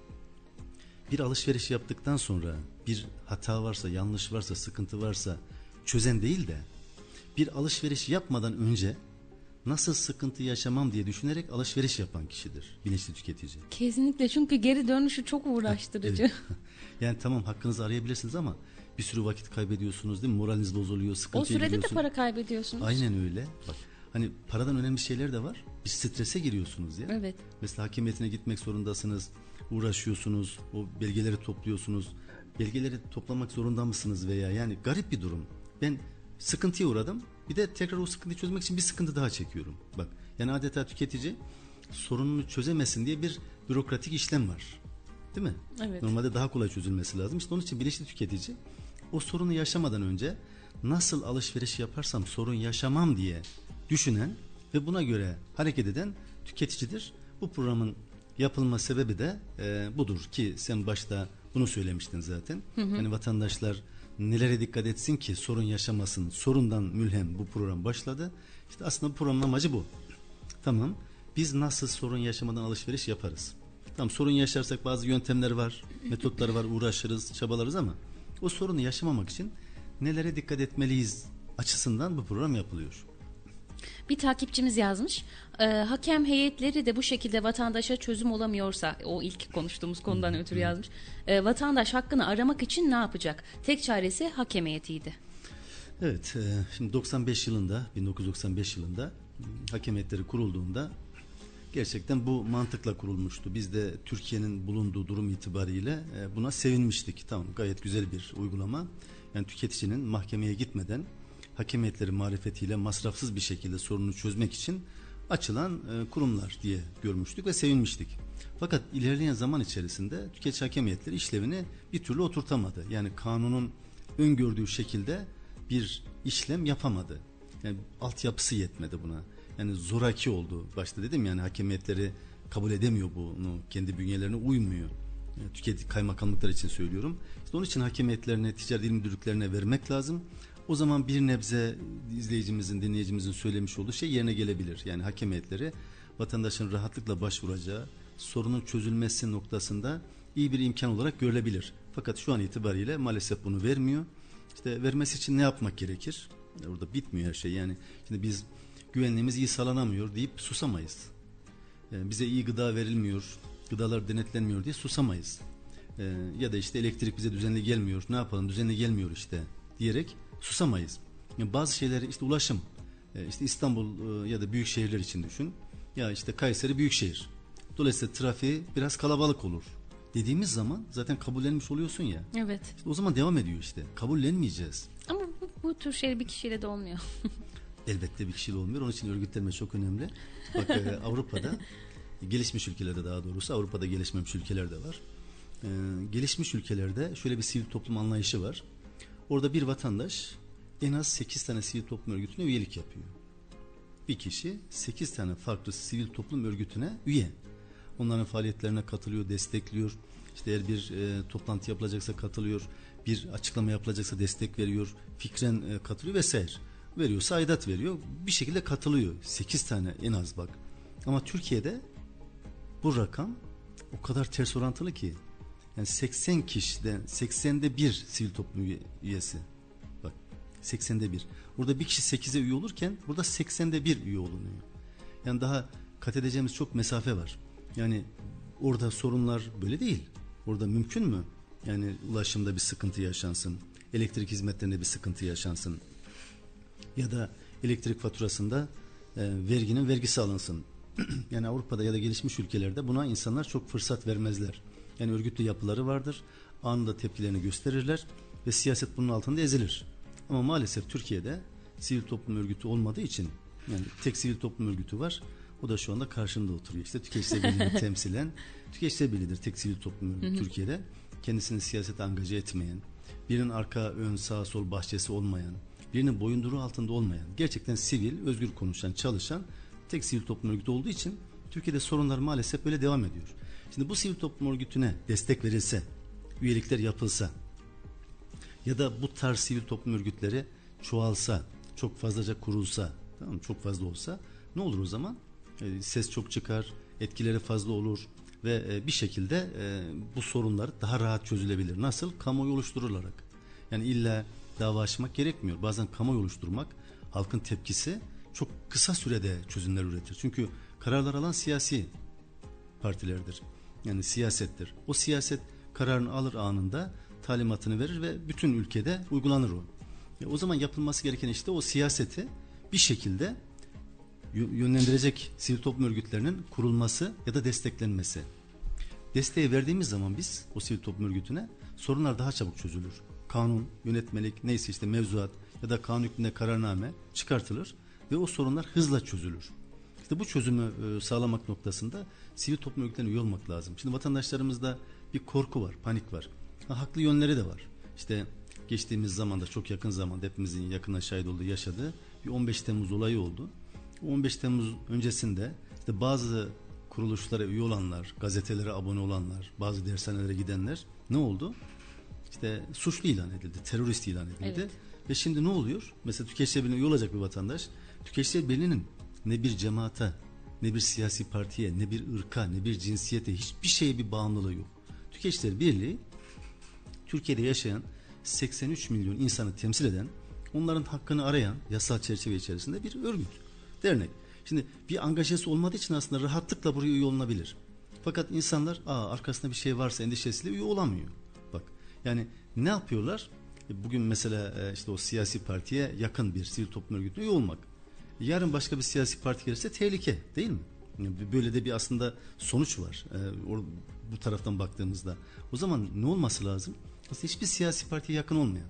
Bir alışveriş yaptıktan sonra bir hata varsa, yanlış varsa, sıkıntı varsa çözen değil de bir alışveriş yapmadan önce nasıl sıkıntı yaşamam diye düşünerek alışveriş yapan kişidir bilinçli tüketici. Kesinlikle, çünkü geri dönüşü çok uğraştırıcı. Evet. Yani tamam hakkınızı arayabilirsiniz ama bir sürü vakit kaybediyorsunuz değil mi? Moraliniz bozuluyor, sıkıntıya O sürede giriyorsunuz. de para kaybediyorsunuz. Aynen öyle. Bak hani paradan önemli şeyler de var. Bir strese giriyorsunuz ya. Evet. Mesela hakimiyetine gitmek zorundasınız. Uğraşıyorsunuz. O belgeleri topluyorsunuz. Belgeleri toplamak zorunda mısınız veya yani garip bir durum. Ben sıkıntıya uğradım. Bir de tekrar o sıkıntıyı çözmek için bir sıkıntı daha çekiyorum. Bak yani adeta tüketici sorununu çözemesin diye bir bürokratik işlem var. Değil mi? Evet. Normalde daha kolay çözülmesi lazım. İşte onun için bilinçli tüketici o sorunu yaşamadan önce nasıl alışveriş yaparsam sorun yaşamam diye düşünen ve buna göre hareket eden tüketicidir. Bu programın yapılma sebebi de budur ki sen başta bunu söylemiştin zaten. Yani vatandaşlar nelere dikkat etsin ki sorun yaşamasın. Sorundan mülhem bu program başladı. İşte aslında bu programın amacı bu. Tamam. Biz nasıl sorun yaşamadan alışveriş yaparız? Tamam, sorun yaşarsak bazı yöntemler var, metotlar var, uğraşırız, çabalarız ama o sorunu yaşamamak için nelere dikkat etmeliyiz açısından bu program yapılıyor. Bir takipçimiz yazmış. Hakem heyetleri de bu şekilde vatandaşa çözüm olamıyorsa, o ilk konuştuğumuz konudan ötürü yazmış. Vatandaş hakkını aramak için ne yapacak? Tek çaresi hakem heyetiydi. Evet, şimdi 1995 yılında hakem heyetleri kurulduğunda gerçekten bu mantıkla kurulmuştu. Biz de Türkiye'nin bulunduğu durum itibariyle buna sevinmiştik. Tamam, gayet güzel bir uygulama. Yani tüketicinin mahkemeye gitmeden hakem heyetleri marifetiyle masrafsız bir şekilde sorununu çözmek için açılan kurumlar diye görmüştük ve sevinmiştik. Fakat ilerleyen zaman içerisinde tüketici hakem heyetleri işlevini bir türlü oturtamadı. Yani kanunun öngördüğü şekilde bir işlem yapamadı. Yani altyapısı yetmedi buna. Yani zoraki oldu. Başta dedim yani hakem heyetleri kabul edemiyor bunu. Kendi bünyelerine uymuyor. Yani tüketici kaymakamlıklar için söylüyorum. İşte onun için hakem heyetlerine, ticaret il müdürlüklerine vermek lazım. O zaman bir nebze izleyicimizin, dinleyicimizin söylemiş olduğu şey yerine gelebilir. Yani hakem heyetleri vatandaşın rahatlıkla başvuracağı, sorunun çözülmesi noktasında iyi bir imkan olarak görülebilir. Fakat şu an itibariyle maalesef bunu vermiyor. İşte vermesi için ne yapmak gerekir? Orada bitmiyor her şey. Yani şimdi biz güvenliğimiz iyi sağlanamıyor deyip susamayız. Yani bize iyi gıda verilmiyor, gıdalar denetlenmiyor diye susamayız. Ya da işte elektrik bize düzenli gelmiyor, ne yapalım düzenli gelmiyor işte diyerek susamayız. Yani bazı şeyleri işte ulaşım, işte İstanbul ya da büyük şehirler için düşün. Ya işte Kayseri büyük şehir. Dolayısıyla trafiği biraz kalabalık olur dediğimiz zaman zaten kabullenmiş oluyorsun ya. Evet. İşte o zaman devam ediyor işte. Kabullenmeyeceğiz. Ama bu tür şey bir kişiyle de olmuyor. Elbette bir kişiyle olmuyor. Onun için örgütlenme çok önemli. Bak Avrupa'da, gelişmiş ülkelerde daha doğrusu, Avrupa'da gelişmemiş ülkeler de var. Gelişmiş ülkelerde şöyle bir sivil toplum anlayışı var. Orada bir vatandaş en az 8 tane sivil toplum örgütüne üyelik yapıyor. Bir kişi 8 tane farklı sivil toplum örgütüne üye. Onların faaliyetlerine katılıyor, destekliyor. İşte eğer bir toplantı yapılacaksa katılıyor, bir açıklama yapılacaksa destek veriyor, fikren katılıyor vesaire. Veriyorsa aidat veriyor. Bir şekilde katılıyor. 8 tane en az bak. Ama Türkiye'de bu rakam o kadar ters orantılı ki. Yani 80 kişiden 80'de bir sivil toplum üyesi. Bak 80'de bir. Burada bir kişi 8'e üye olurken burada 80'de bir üye olunuyor. Yani daha kat edeceğimiz çok mesafe var. Yani orada sorunlar böyle değil. Orada mümkün mü? Yani ulaşımda bir sıkıntı yaşansın. Elektrik hizmetlerinde bir sıkıntı yaşansın. Ya da elektrik faturasında verginin vergisi alınsın. Yani Avrupa'da ya da gelişmiş ülkelerde buna insanlar çok fırsat vermezler. Yani örgütlü yapıları vardır. Anında tepkilerini gösterirler ve siyaset bunun altında ezilir. Ama maalesef Türkiye'de sivil toplum örgütü olmadığı için, yani tek sivil toplum örgütü var. O da şu anda karşında oturuyor. İşte Tüketici Birliği'ni temsilen. Tüketici Birliği'dir tek sivil toplum örgütü Türkiye'de. Kendisini siyasete angaje etmeyen, birinin arka ön sağ sol bahçesi olmayan, birinin boyunduruğu altında olmayan, gerçekten sivil, özgür konuşan, çalışan tek sivil toplum örgütü olduğu için Türkiye'de sorunlar maalesef böyle devam ediyor. Şimdi bu sivil toplum örgütüne destek verilse, üyelikler yapılsa ya da bu tarz sivil toplum örgütleri çoğalsa, çok fazlaca kurulsa, tamam mı? Çok fazla olsa ne olur o zaman? Ses çok çıkar, etkileri fazla olur ve bir şekilde bu sorunlar daha rahat çözülebilir. Nasıl? Kamuoyu oluşturularak. Yani illa dava açmak gerekmiyor. Bazen kamuoyu oluşturmak, halkın tepkisi çok kısa sürede çözümler üretir. Çünkü kararlar alan siyasi partilerdir. Yani siyasettir. O siyaset kararını alır anında, talimatını verir ve bütün ülkede uygulanır o. O zaman yapılması gereken işte o siyaseti bir şekilde yönlendirecek sivil toplum örgütlerinin kurulması ya da desteklenmesi. Desteği verdiğimiz zaman biz o sivil toplum örgütüne sorunlar daha çabuk çözülür. Kanun, yönetmelik, neyse işte mevzuat ya da kanun hükmünde kararname çıkartılır ve o sorunlar hızla çözülür. İşte bu çözümü sağlamak noktasında sivil toplum örgütlerine üye olmak lazım. Şimdi vatandaşlarımızda bir korku var, panik var. Haklı yönleri de var. İşte geçtiğimiz zamanda, çok yakın zamanda hepimizin yakından şahit olduğu, yaşadığı bir 15 Temmuz olayı oldu. 15 Temmuz öncesinde işte bazı kuruluşlara üye olanlar, gazetelere abone olanlar, bazı dershanelere gidenler ne oldu? İşte suçlu ilan edildi, terörist ilan edildi. Evet. Ve şimdi ne oluyor? Mesela Tüketici Birliği'ne üye olacak bir vatandaş, Tüketici Birliği'nin ne bir cemaate, ne bir siyasi partiye, ne bir ırka, ne bir cinsiyete, hiçbir şeye bir bağımlılığı yok. Tüketiciler Birliği Türkiye'de yaşayan 83 milyon insanı temsil eden, onların hakkını arayan yasal çerçeve içerisinde bir örgüt, dernek. Şimdi bir angajesi olmadığı için aslında rahatlıkla buraya üye olunabilir. Fakat insanlar arkasında bir şey varsa endişesiyle üye olamıyor. Bak yani ne yapıyorlar? Bugün mesela işte o siyasi partiye yakın bir sivil toplum örgütüne üye olmak. Yarın başka bir siyasi parti gelirse tehlike değil mi? Böyle de bir aslında sonuç var bu taraftan baktığımızda. O zaman ne olması lazım? Aslında hiçbir siyasi partiye yakın olmayan,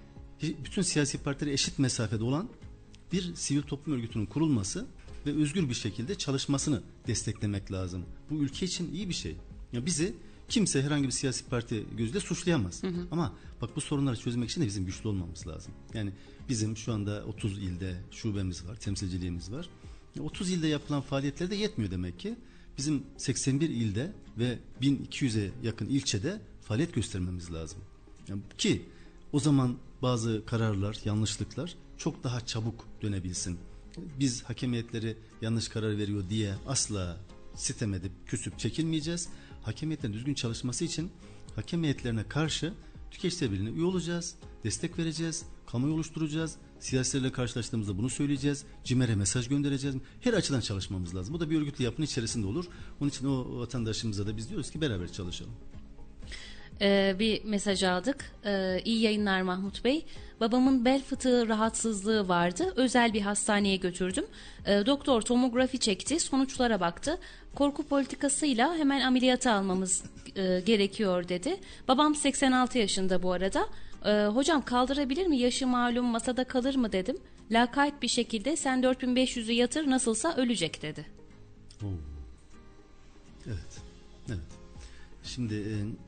bütün siyasi partilere eşit mesafede olan bir sivil toplum örgütünün kurulması ve özgür bir şekilde çalışmasını desteklemek lazım. Bu ülke için iyi bir şey. Ya bizi kimse herhangi bir siyasi parti gözüyle suçlayamaz. Ama bak bu sorunları çözmek için de bizim güçlü olmamız lazım. Yani bizim şu anda 30 ilde şubemiz var, temsilciliğimiz var. 30 ilde yapılan faaliyetler de yetmiyor demek ki. Bizim 81 ilde ve 1200'e yakın ilçede faaliyet göstermemiz lazım. Yani ki o zaman bazı kararlar, yanlışlıklar çok daha çabuk dönebilsin. Biz hakem heyetleri yanlış karar veriyor diye asla sitem edip küsüp çekilmeyeceğiz. Hakem heyetlerin düzgün çalışması için hakem heyetlerine karşı Tüketiciler Birliği'ne üye olacağız, destek vereceğiz, kamuoyu oluşturacağız, siyasilerle karşılaştığımızda bunu söyleyeceğiz, CİMER'e mesaj göndereceğiz. Her açıdan çalışmamız lazım. Bu da bir örgütlü yapının içerisinde olur. Onun için o vatandaşımıza da biz diyoruz ki beraber çalışalım. Bir mesaj aldık. İyi yayınlar Mahmut Bey. Babamın bel fıtığı rahatsızlığı vardı. Özel bir hastaneye götürdüm. Doktor tomografi çekti. Sonuçlara baktı. Korku politikasıyla hemen ameliyata almamız gerekiyor dedi. Babam 86 yaşında bu arada. Hocam kaldırabilir mi? Yaşı malum, masada kalır mı dedim. Lakayt bir şekilde sen 4500'ü yatır, nasılsa ölecek dedi. Oo. Evet. Evet. Şimdi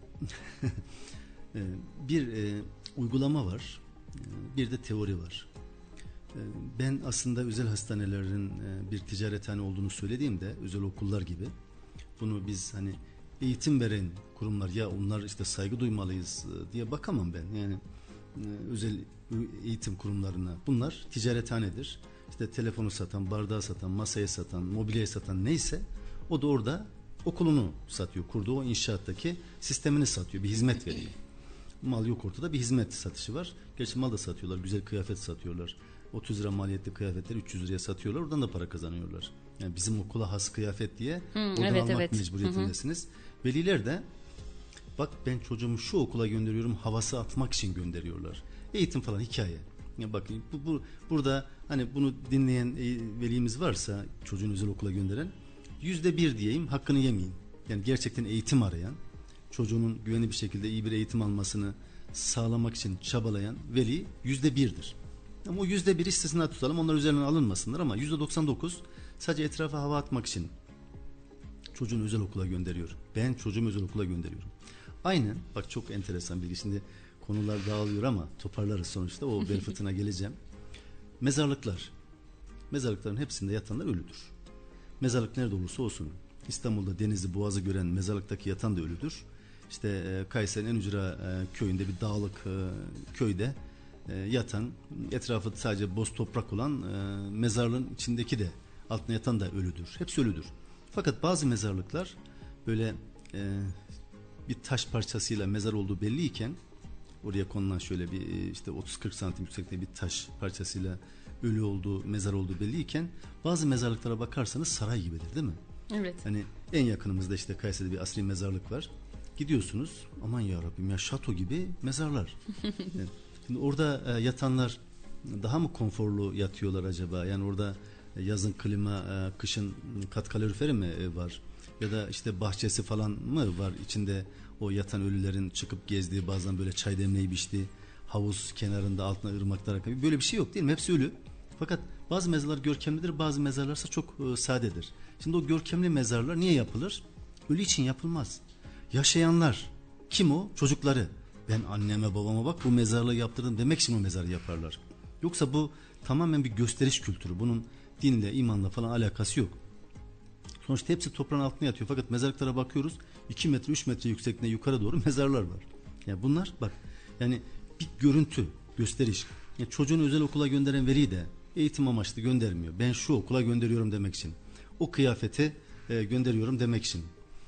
bir uygulama var. Bir de teori var. Ben aslında özel hastanelerin bir ticarethane olduğunu söylediğimde, özel okullar gibi, bunu biz hani eğitim veren kurumlar, ya onlar işte saygı duymalıyız diye bakamam ben. Yani özel eğitim kurumlarına, bunlar ticarethanedir. İşte telefonu satan, bardağı satan, masayı satan, mobilyayı satan neyse, o da orada okulunu satıyor. Kurduğu o inşaattaki sistemini satıyor. Bir hizmet veriyor. Mal yok ortada, bir hizmet satışı var. Gerçi mal da satıyorlar. Güzel kıyafet satıyorlar. 30 lira maliyetli kıyafetleri 300 liraya satıyorlar. Oradan da para kazanıyorlar. Yani bizim okula has kıyafet diye oradan evet, almak evet. mecburiyetindesiniz. Veliler de bak ben çocuğumu şu okula gönderiyorum, havası atmak için gönderiyorlar. Eğitim falan hikaye. Ya bakın burada hani bunu dinleyen velimiz varsa, çocuğunu özel okula gönderen, %1 diyeyim, hakkını yemeyin. Yani gerçekten eğitim arayan, çocuğunun güvenli bir şekilde iyi bir eğitim almasını sağlamak için çabalayan veli %1'dir. Ama o %1 istisna tutalım, onlar üzerinden alınmasınlar, ama %99 sadece etrafa hava atmak için çocuğunu özel okula gönderiyor. Ben çocuğumu özel okula gönderiyorum. Aynen, bak çok enteresan bilgi, şimdi konular dağılıyor ama toparlarız sonuçta, o bel fıtığına geleceğim. Mezarlıkların hepsinde yatanlar ölüdür. Mezarlık nerede olursa olsun, İstanbul'da Denizli, Boğaz'ı gören mezarlıktaki yatan da ölüdür. İşte Kayseri'nin en ücra köyünde, bir dağlık köyde yatan, etrafı sadece boz toprak olan mezarlığın içindeki de, altına yatan da ölüdür. Hepsi ölüdür. Fakat bazı mezarlıklar böyle bir taş parçasıyla mezar olduğu belliyken, oraya konulan şöyle bir işte 30-40 santim yüksekliğinde bir taş parçasıyla ölü olduğu, mezar olduğu belliyken, bazı mezarlıklara bakarsanız saray gibidir, değil mi? Evet. Hani en yakınımızda işte Kayseri'de bir asri mezarlık var. Gidiyorsunuz, aman ya Rabbim ya, şato gibi mezarlar. Yani şimdi orada yatanlar daha mı konforlu yatıyorlar acaba? Yani orada yazın klima, kışın kat kaloriferi mi var? Ya da işte bahçesi falan mı var içinde, o yatan ölülerin çıkıp gezdiği, bazen böyle çay demleyip içtiği, havuz kenarında altına ırmaklar akıyor. Böyle bir şey yok, değil mi? Hepsi ölü. Fakat bazı mezarlar görkemlidir, bazı mezarlarsa çok sadedir. Şimdi o görkemli mezarlar niye yapılır? Ölü için yapılmaz. Yaşayanlar, kim o? Çocukları. Ben anneme babama bak bu mezarlığı yaptırdım demek için o mezarı yaparlar. Yoksa bu tamamen bir gösteriş kültürü. Bunun dinle, imanla falan alakası yok. Sonuçta hepsi toprağın altına yatıyor. Fakat mezarlıklara bakıyoruz, 2 metre 3 metre yüksekliğine yukarı doğru mezarlar var. Yani bunlar bak, yani bir görüntü, gösteriş. Yani çocuğunu özel okula gönderen veli de eğitim amaçlı göndermiyor. Ben şu okula gönderiyorum demek için. O kıyafeti gönderiyorum demek için.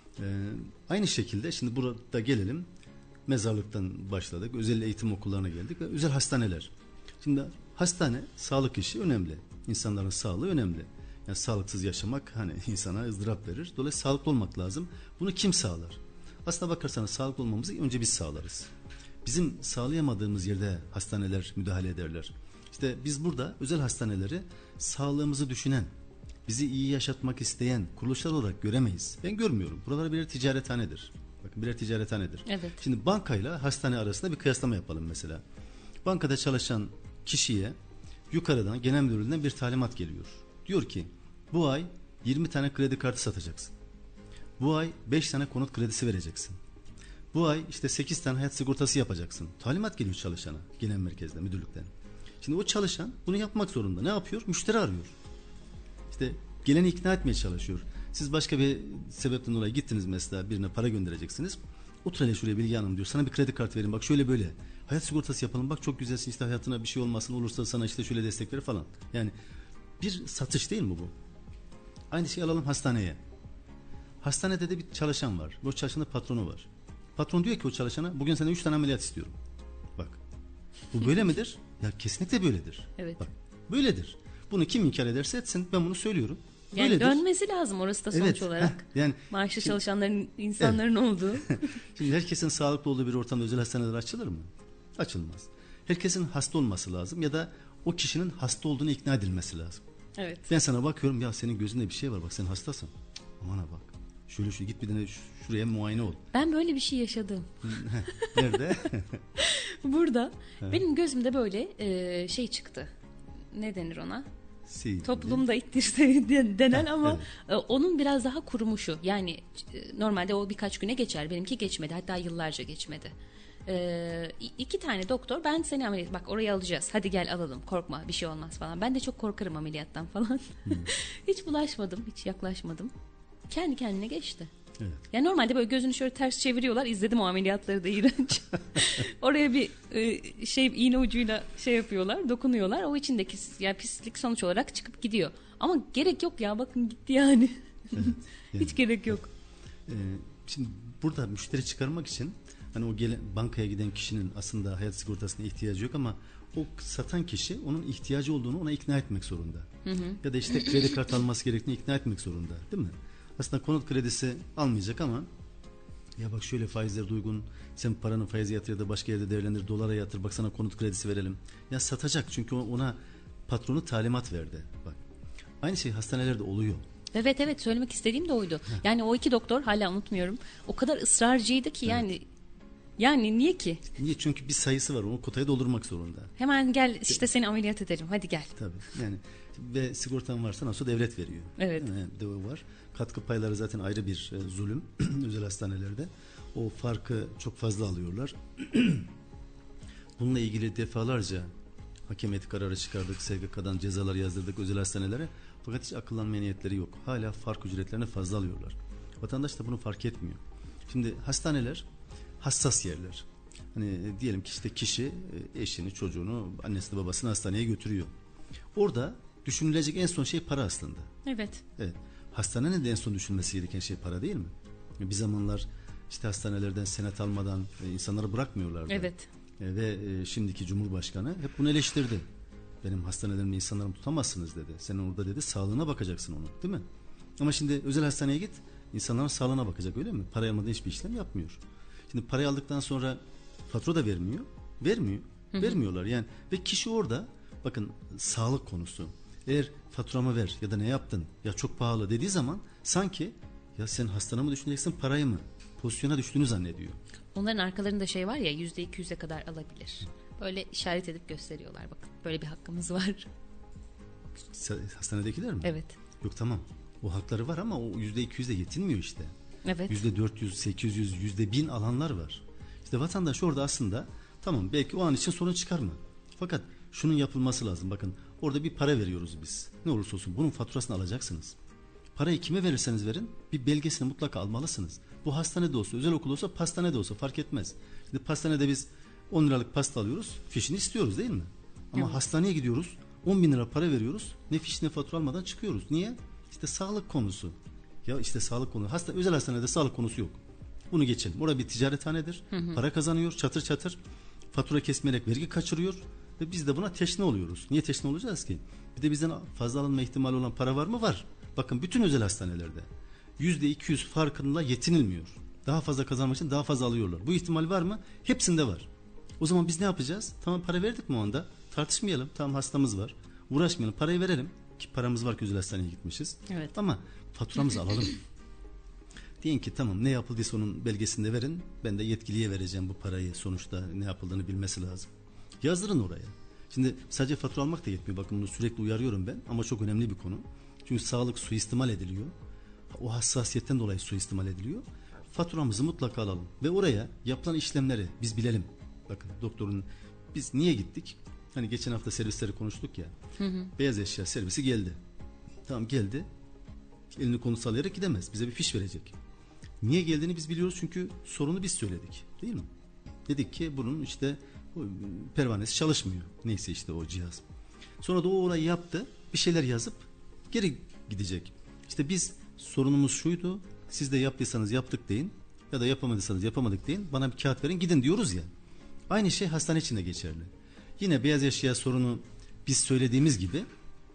Aynı şekilde şimdi burada gelelim. Mezarlıktan başladık. Özel eğitim okullarına geldik ve özel hastaneler. Şimdi hastane, sağlık işi önemli. İnsanların sağlığı önemli. Yani sağlıksız yaşamak hani insana ızdırap verir. Dolayısıyla sağlıklı olmak lazım. Bunu kim sağlar? Aslına bakarsanız sağlıklı olmamızı önce biz sağlarız. Bizim sağlayamadığımız yerde hastaneler müdahale ederler. İşte biz burada özel hastaneleri sağlığımızı düşünen, bizi iyi yaşatmak isteyen kuruluşlar olarak göremeyiz. Ben görmüyorum. Buralar birer ticarethanedir. Bakın, birer ticarethanedir. Evet. Şimdi bankayla hastane arasında bir kıyaslama yapalım mesela. Bankada çalışan kişiye yukarıdan, genel müdürlüğünden bir talimat geliyor. Diyor ki bu ay 20 tane kredi kartı satacaksın. Bu ay 5 tane konut kredisi vereceksin. Bu ay işte 8 tane hayat sigortası yapacaksın. Talimat geliyor çalışana, genel merkezde, müdürlükten. Şimdi o çalışan bunu yapmak zorunda. Ne yapıyor? Müşteri arıyor. İşte geleni ikna etmeye çalışıyor. Siz başka bir sebepten dolayı gittiniz mesela, birine para göndereceksiniz. Otur hele şuraya Bilge Hanım diyor. Sana bir kredi kartı verin, bak şöyle böyle. Hayat sigortası yapalım, bak çok güzelsin, işte hayatına bir şey olmasın, olursa sana işte şöyle destek verir falan. Yani bir satış değil mi bu? Aynı şeyi alalım hastaneye. Hastanede de bir çalışan var. Bu çalışanın patronu var. Patron diyor ki o çalışana bugün senden 3 tane ameliyat istiyorum. Bak. Bu böyle midir? Ya kesinlikle böyledir. Evet. Bak, böyledir. Bunu kim inkar ederse etsin, ben bunu söylüyorum. Yani Böyledir. dönmesi lazım orası da sonuç Evet, olarak. yani Maaşlı şimdi- çalışanların, insanların olduğu. Şimdi herkesin sağlıklı olduğu bir ortamda özel hastaneler açılır mı? Açılmaz. Herkesin hasta olması lazım ya da o kişinin hasta olduğunu ikna edilmesi lazım. Evet. Ben sana bakıyorum, ya senin gözünde bir şey var, bak sen hastasın. Aman ha bak. Şöyle git bir tane şuraya muayene ol. Ben böyle bir şey yaşadım. Nerede? Burada benim gözümde böyle şey çıktı. Ne denir ona? Toplumda ittirse denen ama onun biraz daha kurumuşu. Yani normalde o birkaç güne geçer. Benimki geçmedi. Hatta yıllarca geçmedi. 2 tane doktor, ben seni ameliyat, bak oraya alacağız, hadi gel alalım, korkma bir şey olmaz falan. Ben de çok korkarım ameliyattan falan. Hiç bulaşmadım, hiç yaklaşmadım. Kendi kendine geçti. Evet. Yani normalde böyle gözünü şöyle ters çeviriyorlar. İzledim o ameliyatları da, iğrenç. Oraya bir iğne ucuyla şey yapıyorlar, dokunuyorlar. O içindeki yani pislik sonuç olarak çıkıp gidiyor. Ama gerek yok ya, bakın gitti yani. Evet, Hiç gerek yok. Şimdi burada müşteri çıkarmak için hani o bankaya giden kişinin aslında hayat sigortasına ihtiyacı yok ama o satan kişi onun ihtiyacı olduğunu ona ikna etmek zorunda. Ya da işte kredi kartı alması gerektiğini ikna etmek zorunda, değil mi? Aslında konut kredisi almayacak ama ya bak şöyle faizler uygun, sen paranı faize yatır ya da başka yerde değerlendir, dolara yatır, bak sana konut kredisi verelim. Ya satacak, çünkü ona patronu talimat verdi. Bak. Aynı şey hastanelerde oluyor. Evet, söylemek istediğim de oydu. Yani o 2 doktor, hala unutmuyorum, o kadar ısrarcıydı ki yani niye ki? Niye? Çünkü bir sayısı var, onu kotaya doldurmak zorunda. Hemen gel işte seni ameliyat edelim, hadi gel. Tabii yani ve sigortan varsa nasıl devlet veriyor. Evet. Yani de o var. Katkı payları zaten ayrı bir zulüm özel hastanelerde. O farkı çok fazla alıyorlar. Bununla ilgili defalarca hakem heyeti kararı çıkardık, SGK'dan cezalar yazdırdık özel hastanelere. Fakat hiç akıllanma niyetleri yok. Hala fark ücretlerini fazla alıyorlar. Vatandaş da bunu fark etmiyor. Şimdi hastaneler hassas yerler. Hani diyelim ki işte kişi eşini, çocuğunu, annesini, babasını hastaneye götürüyor. Orada düşünülecek en son şey para aslında. Evet. Evet. Hastanenin de en son düşünmesi gereken şey para değil mi? Bir zamanlar işte hastanelerden senet almadan insanları bırakmıyorlardı. Evet. Ve şimdiki Cumhurbaşkanı hep bunu eleştirdi. Benim hastanelerimde insanlarımı tutamazsınız dedi. Sen orada dedi sağlığına bakacaksın onun, değil mi? Ama şimdi özel hastaneye git, insanların sağlığına bakacak, öyle mi? Para almadan hiçbir işlem yapmıyor. Şimdi parayı aldıktan sonra fatura da vermiyor. Vermiyorlar yani. Ve kişi orada, bakın sağlık konusu. Eğer faturamı ver ya da ne yaptın ya çok pahalı dediği zaman sanki ya sen hastana mı düşüneceksin, parayı mı? Pozisyona düştüğünü zannediyor. Onların arkalarında şey var ya, %200'e kadar alabilir. Böyle işaret edip gösteriyorlar, bakın böyle bir hakkımız var. Hastanedekiler mi? Evet. Yok tamam. O hakları var ama o %200'e yetinmiyor işte. Evet. %400, 800, %1000 alanlar var. İşte vatandaş orada aslında tamam belki o an için sorun çıkarma. Fakat şunun yapılması lazım. Bakın orada bir para veriyoruz biz. Ne olursa olsun bunun faturasını alacaksınız. Parayı kime verirseniz verin bir belgesini mutlaka almalısınız. Bu hastanede olsa, özel okul olsa, pastanede olsa fark etmez. Şimdi pastanede biz 10 liralık pasta alıyoruz, fişini istiyoruz değil mi? Ama Evet. hastaneye gidiyoruz, 10 bin lira para veriyoruz, ne fiş ne fatura almadan çıkıyoruz. Niye? İşte sağlık konusu. Ya işte sağlık konusu. Özel hastanede sağlık konusu yok. Bunu geçelim. Orada bir ticarethanedir. Para kazanıyor çatır çatır. Fatura kesmeyerek vergi kaçırıyor. Ve biz de buna teşne oluyoruz. Niye teşne olacağız ki? Bir de bizden fazla alınma ihtimali olan para var mı? Var. Bakın bütün özel hastanelerde %200 farkında yetinilmiyor. Daha fazla kazanmak için daha fazla alıyorlar. Bu ihtimal var mı? Hepsinde var. O zaman biz ne yapacağız? Tamam para verdik mi o anda? Tartışmayalım. Tamam hastamız var. Uğraşmayalım. Parayı verelim. Ki paramız var ki özel hastaneye gitmişiz. Evet. Ama faturamızı alalım. Diyin ki tamam ne yapıldıysa onun belgesini de verin. Ben de yetkiliye vereceğim bu parayı. Sonuçta ne yapıldığını bilmesi lazım. Yazdırın oraya. Şimdi sadece fatura almak da yetmiyor. Bakın bunu sürekli uyarıyorum ben. Ama çok önemli bir konu. Çünkü sağlık suistimal ediliyor. O hassasiyetten dolayı suistimal ediliyor. Faturamızı mutlaka alalım. Ve oraya yapılan işlemleri biz bilelim. Bakın doktorun biz niye gittik? Hani geçen hafta servisleri konuştuk ya. Beyaz eşya servisi geldi. Tamam geldi. Elini kolunu sallayarak gidemez. Bize bir fiş verecek. Niye geldiğini biz biliyoruz çünkü sorunu biz söyledik. Değil mi? Dedik ki bunun işte pervanesi çalışmıyor. Neyse işte o cihaz. Sonra da o orayı yaptı. Bir şeyler yazıp geri gidecek. İşte biz sorunumuz şuydu. Siz de yaptıysanız yaptık deyin. ya da yapamadıysanız yapamadık deyin, bana bir kağıt verin gidin diyoruz ya. Aynı şey hastane için de geçerli. Yine beyaz eşya sorunu biz söylediğimiz gibi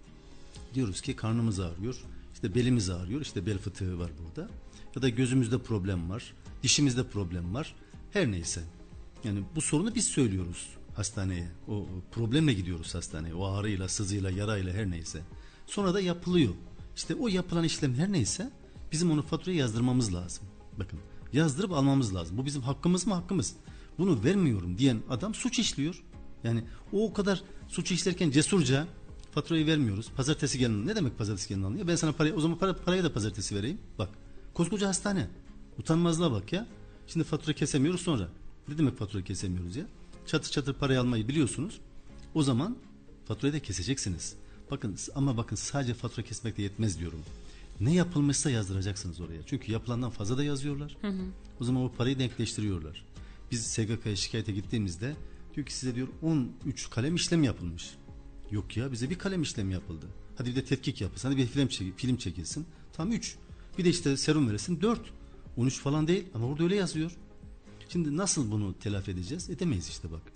diyoruz ki karnımız ağrıyor, işte belimiz ağrıyor, işte bel fıtığı var burada. Ya da gözümüzde problem var, dişimizde problem var. Her neyse. Yani bu sorunu biz söylüyoruz hastaneye. O problemle gidiyoruz hastaneye. O ağrıyla, sızıyla, yarayla her neyse. Sonra da yapılıyor. İşte o yapılan işlem her neyse bizim onu faturaya yazdırmamız lazım. Bakın, yazdırıp almamız lazım. Bu bizim hakkımız mı? Hakkımız. Bunu vermiyorum diyen adam suç işliyor. Yani o kadar suç işlerken cesurca faturayı vermiyoruz. Pazartesi gelin. Ne demek pazartesi gelin alınıyor? Ben sana parayı, o zaman parayı da pazartesi vereyim. Bak, koskoca hastane. Utanmazlığa bak ya. Şimdi fatura kesemiyoruz sonra. Ne demek fatura kesemiyoruz ya? Çatır çatır parayı almayı biliyorsunuz. O zaman faturayı da keseceksiniz. Bakın ama bakın, sadece fatura kesmek de yetmez diyorum. Ne yapılmışsa yazdıracaksınız oraya. Çünkü yapılandan fazla da yazıyorlar. O zaman o parayı denkleştiriyorlar. Biz SGK'ya şikayete gittiğimizde diyor ki size diyor 13 kalem işlem yapılmış. Yok ya, bize bir kalem işlem yapıldı. Hadi bir de tetkik yapılsın. Hadi bir film çekilsin. Tam 3. Bir de işte serum verirsin 4. 13 falan değil ama burada öyle yazıyor. Şimdi nasıl bunu telafi edeceğiz? Edemeyiz işte bak.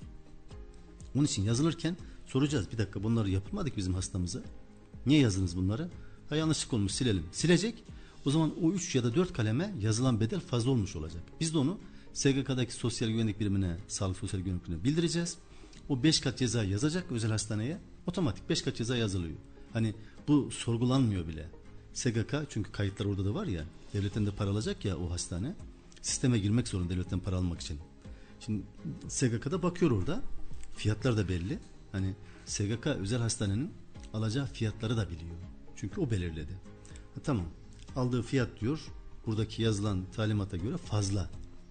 Onun için yazılırken soracağız. Bir dakika, bunları yapılmadık bizim hastamıza. Niye yazdınız bunları? Ha, yanlışlık olmuş, silelim. Silecek. O zaman o 3 ya da 4 kaleme yazılan bedel fazla olmuş olacak. Biz de onu SGK'daki sosyal güvenlik birimine, sağlık sosyal güvenlik birimine bildireceğiz. O 5 kat ceza yazacak özel hastaneye. Otomatik 5 kat ceza yazılıyor. Hani bu sorgulanmıyor bile. SGK, çünkü kayıtlar orada da var ya, devletten de para alacak ya o hastane. Sisteme girmek zorunda devletten para almak için. Şimdi SGK'da bakıyor orada. Fiyatlar da belli. Hani SGK özel hastanenin alacağı fiyatları da biliyor. Çünkü o belirledi. Tamam. Aldığı fiyat diyor, buradaki yazılan talimata göre fazla.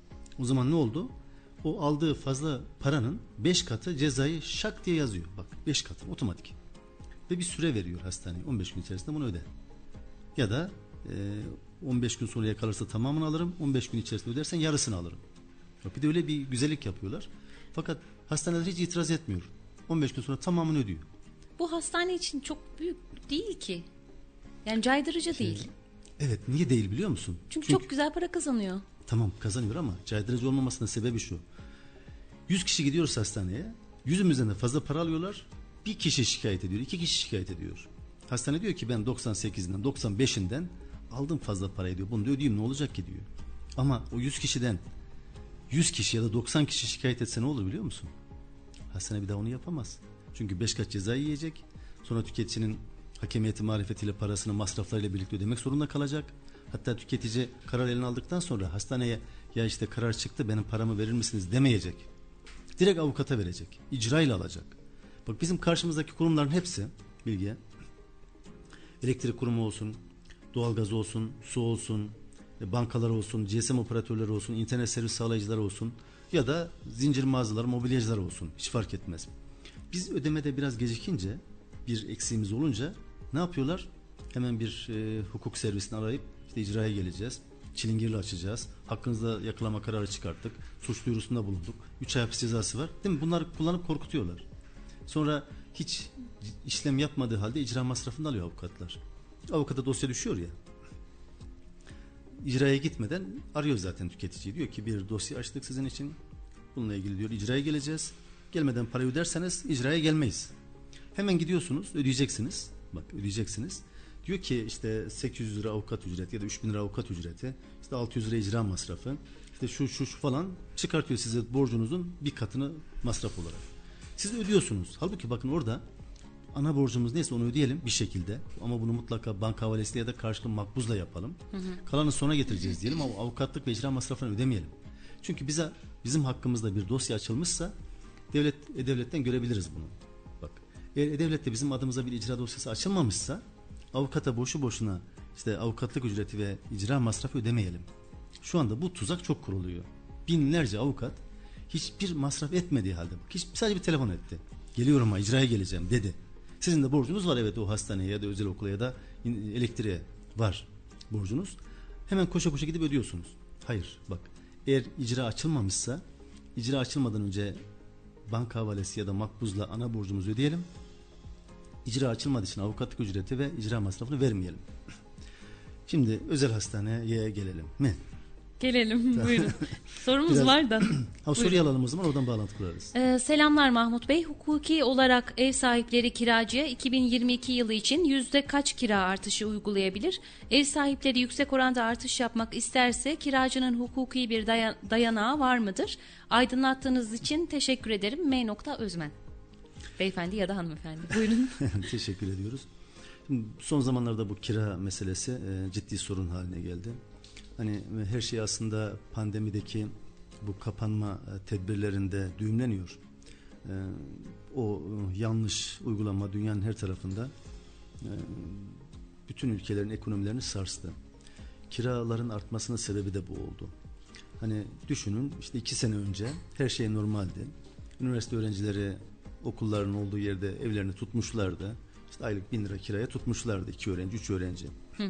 O zaman ne oldu? O aldığı fazla paranın 5 katı cezayı şak diye yazıyor. Bak, 5 katı otomatik. Ve bir süre veriyor hastaneye. 15 gün içerisinde bunu öde. Ya da 15 gün sonraya kalırsa tamamını alırım. 15 gün içerisinde ödersen yarısını alırım. Bir de öyle bir güzellik yapıyorlar. Fakat hastaneler hiç itiraz etmiyor. 15 gün sonra tamamını ödüyor. Bu hastane için çok büyük değil ki. Yani caydırıcı değil. Evet, niye değil biliyor musun? Çünkü çok güzel para kazanıyor. Tamam, kazanıyor ama caydırıcı olmamasının sebebi şu. 100 kişi gidiyoruz hastaneye. 100'ümüzden de fazla para alıyorlar. Bir kişi şikayet ediyor, 2 kişi şikayet ediyor. Hastane diyor ki ben 98'inden 95'inden aldım fazla parayı diyor. Bunu da ödeyeyim, ne olacak ki diyor. Ama o 100 kişiden 100 kişi ya da 90 kişi şikayet etse ne olur biliyor musun? Hastane bir daha onu yapamaz. Çünkü 5 kat ceza yiyecek. Sonra tüketicinin hakemiyeti marifetiyle parasını masraflarıyla birlikte ödemek zorunda kalacak. Hatta tüketici karar eline aldıktan sonra hastaneye ya işte karar çıktı, benim paramı verir misiniz demeyecek. Direkt avukata verecek. İcrayla alacak. Bak, bizim karşımızdaki kurumların hepsi Bilge, elektrik kurumu olsun, doğalgaz olsun, su olsun, bankalar olsun, GSM operatörleri olsun, internet servis sağlayıcıları olsun ya da zincir mağazalar, mobilyacılar olsun, hiç fark etmez. Biz ödemede biraz gecikince, bir eksiğimiz olunca ne yapıyorlar? Hemen bir hukuk servisini arayıp işte icraya geleceğiz, çilingirli açacağız, hakkınızda yakalama kararı çıkarttık, suç duyurusunda bulunduk, 3 ay hapis cezası var, değil mi? Bunları kullanıp korkutuyorlar. Sonra hiç işlem yapmadığı halde icra masrafını alıyor avukatlar. Avukata dosya düşüyor ya. İcraya gitmeden arıyor zaten tüketiciyi. Diyor ki bir dosya açtık sizin için. Bununla ilgili diyor icraya geleceğiz. Gelmeden parayı öderseniz icraya gelmeyiz. Hemen gidiyorsunuz, ödeyeceksiniz. Bak, ödeyeceksiniz. Diyor ki işte 800 lira avukat ücreti ya da 3000 lira avukat ücreti. İşte 600 lira icra masrafı. İşte şu falan çıkartıyor size borcunuzun bir katını masraf olarak. Siz ödüyorsunuz. Halbuki bakın orada ana borcumuz neyse onu ödeyelim bir şekilde. Ama bunu mutlaka banka havalesiyle ya da karşılıklı makbuzla yapalım. Kalanı sona getireceğiz diyelim ama avukatlık ve icra masrafını ödemeyelim. Çünkü bizim hakkımızda bir dosya açılmışsa devletten görebiliriz bunu. Bak, eğer devlette bizim adımıza bir icra dosyası açılmamışsa avukata boşu boşuna işte avukatlık ücreti ve icra masrafı ödemeyelim. Şu anda bu tuzak çok kuruluyor. Binlerce avukat hiçbir masraf etmediği halde, sadece bir telefon etti. Geliyorum ama icraya geleceğim dedi. Sizin de borcunuz var, evet, o hastaneye ya da özel okula ya da elektriğe var borcunuz. Hemen koşa koşa gidip ödüyorsunuz. Hayır, bak, eğer icra açılmamışsa icra açılmadan önce banka havalesi ya da makbuzla ana borcumuzu ödeyelim. İcra açılmadığı için avukatlık ücreti ve icra masrafını vermeyelim. Şimdi özel hastaneye gelelim mi? Gelelim buyurun. Sorumuz Biraz- var da. Soruyu alalım o zaman, oradan bağlantı kurarız. Selamlar Mahmut Bey. Hukuki olarak ev sahipleri kiracıya 2022 yılı için yüzde kaç kira artışı uygulayabilir? Ev sahipleri yüksek oranda artış yapmak isterse kiracının hukuki bir dayanağı var mıdır? Aydınlattığınız için teşekkür ederim. M. Özmen. Beyefendi ya da hanımefendi. Buyurun. Teşekkür ediyoruz. Şimdi son zamanlarda bu kira meselesi ciddi sorun haline geldi. Hani her şey aslında pandemideki bu kapanma tedbirlerinde düğümleniyor. O yanlış uygulama dünyanın her tarafında bütün ülkelerin ekonomilerini sarstı. Kiraların artmasının sebebi de bu oldu. Hani düşünün, işte 2 sene önce her şey normaldi. Üniversite öğrencileri okulların olduğu yerde evlerini tutmuşlardı. İşte aylık 1000 lira kiraya tutmuşlardı 2 öğrenci, 3 öğrenci.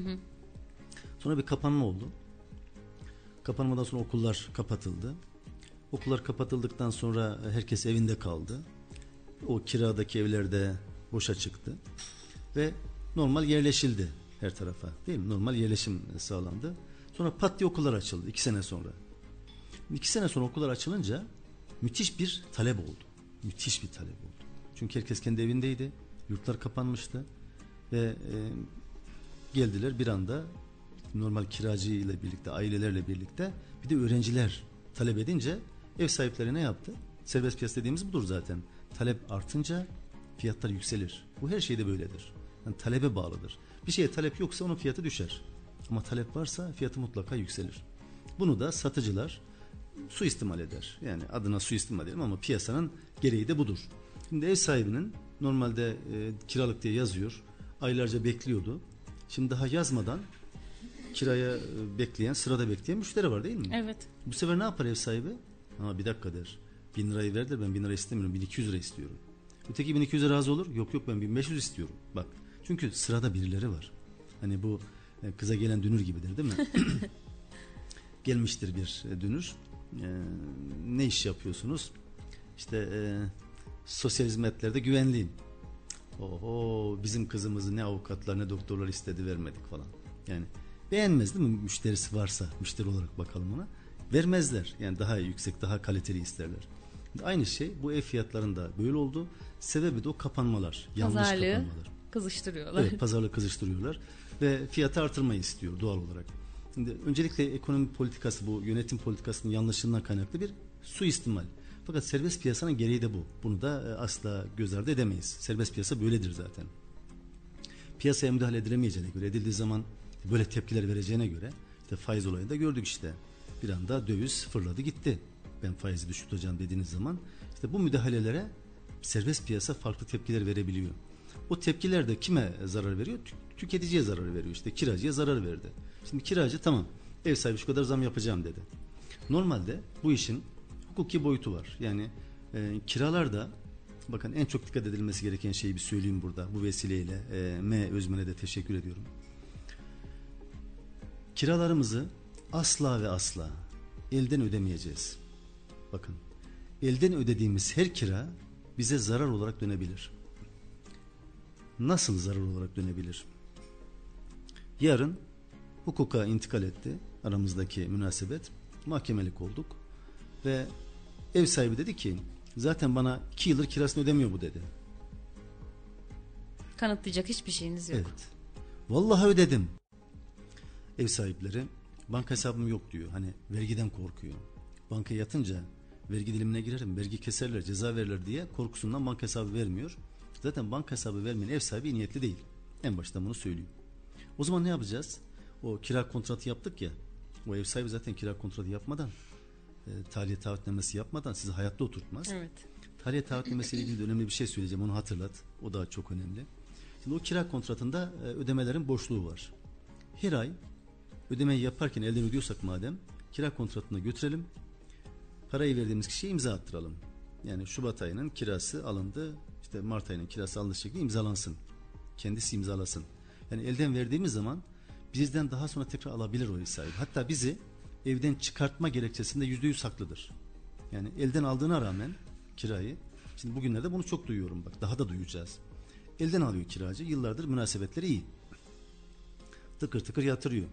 Sonra bir kapanma oldu. Kapanmadan sonra okullar kapatıldı. Okullar kapatıldıktan sonra herkes evinde kaldı. O kiradaki evler de boşa çıktı. Ve normal yerleşildi her tarafa. Değil mi? Normal yerleşim sağlandı. Sonra pat diye okullar açıldı 2 sene sonra. 2 sene sonra okullar açılınca müthiş bir talep oldu. Müthiş bir talep oldu. Çünkü herkes kendi evindeydi. Yurtlar kapanmıştı. Ve geldiler bir anda normal kiracı ile birlikte, ailelerle birlikte, bir de öğrenciler talep edince ev sahipleri ne yaptı? Serbest piyasa dediğimiz budur zaten. Talep artınca fiyatlar yükselir. Bu her şeyde böyledir. Yani talebe bağlıdır. Bir şeye talep yoksa onun fiyatı düşer. Ama talep varsa fiyatı mutlaka yükselir. Bunu da satıcılar suistimal eder. Yani adına suistimal edelim ama piyasanın gereği de budur. Şimdi ev sahibinin normalde kiralık diye yazıyor. Aylarca bekliyordu. Şimdi daha yazmadan kiraya bekleyen, sırada bekleyen müşteri var değil mi? Evet. Bu sefer ne yapar ev sahibi? Bir dakika der. 1000 lirayı verdiler, ben 1000 lira istemiyorum, 1200 lira istiyorum. Öteki 1200'e razı olur. Yok ben 1500 istiyorum. Bak, çünkü sırada birileri var. Hani bu kıza gelen dünür gibidir değil mi? Gelmiştir bir dünür. Ne iş yapıyorsunuz? İşte sosyal hizmetlerde güvenliyim. Oho, bizim kızımızı ne avukatlar ne doktorlar istedi, vermedik falan. Yani beğenmez değil mi, müşterisi varsa, müşteri olarak bakalım ona. Vermezler. Yani daha yüksek, daha kaliteli isterler. Aynı şey bu ev fiyatlarında böyle oldu. Sebebi de o kapanmalar. Yanlış Pazarlığı kapanmalar. kızıştırıyorlar. Evet, pazarlığı kızıştırıyorlar ve fiyatı artırmayı istiyor doğal olarak. Şimdi öncelikle ekonomi politikası, bu yönetim politikasının yanlışlığından kaynaklı bir suistimal. Fakat serbest piyasanın gereği de bu. Bunu da asla göz ardı edemeyiz. Serbest piyasa böyledir zaten. Piyasaya müdahale edilemeyeceğine göre, edildiği zaman böyle tepkiler vereceğine göre, işte faiz olayında gördük işte. Bir anda döviz fırladı gitti. Ben faizi düşük tutacağım dediğiniz zaman işte bu müdahalelere serbest piyasa farklı tepkiler verebiliyor. O tepkiler de kime zarar veriyor? Tüketiciye zarar veriyor. İşte kiracıya zarar verdi. Şimdi kiracı tamam, ev sahibi şu kadar zam yapacağım dedi. Normalde bu işin hukuki boyutu var. Yani kiralarda bakın, en çok dikkat edilmesi gereken şeyi bir söyleyeyim burada bu vesileyle. M. Özmen'e de teşekkür ediyorum. Kiralarımızı asla ve asla elden ödemeyeceğiz. Bakın, elden ödediğimiz her kira bize zarar olarak dönebilir. Nasıl zarar olarak dönebilir? Yarın hukuka intikal etti aramızdaki münasebet, mahkemelik olduk ve ev sahibi dedi ki zaten bana 2 yıldır kirasını ödemiyor bu dedi. Kanıtlayacak hiçbir şeyiniz yok. Evet. Vallahi ödedim. Ev sahipleri banka hesabım yok diyor. Hani vergiden korkuyor. Bankaya yatınca vergi dilimine girerim, vergi keserler, ceza verirler diye korkusundan banka hesabı vermiyor. Zaten banka hesabı vermeyen ev sahibi iyi niyetli değil. En baştan bunu söyleyeyim. O zaman ne yapacağız? O kira kontratı yaptık ya. O ev sahibi zaten kira kontratı yapmadan, tahliye taahhütnamesi yapmadan sizi hayatta oturtmaz. Evet. Tahliye taahhütnamesiyle ilgili de önemli bir şey söyleyeceğim. Onu hatırlat. O da çok önemli. Şimdi o kira kontratında ödemelerin boşluğu var. Her ay ödemeyi yaparken elden ödüyorsak madem, kira kontratına götürelim. Parayı verdiğimiz kişiye imza attıralım. Yani Şubat ayının kirası alındı, işte Mart ayının kirası alındığı şekilde imzalansın. Kendisi imzalasın. Yani elden verdiğimiz zaman bizden daha sonra tekrar alabilir o ev sahibi. Hatta bizi evden çıkartma gerekçesinde %100 haklıdır. Yani elden aldığına rağmen kirayı, şimdi bugünlerde bunu çok duyuyorum, bak daha da duyacağız. Elden alıyor kiracı, yıllardır münasebetleri iyi. Tıkır tıkır yatırıyor.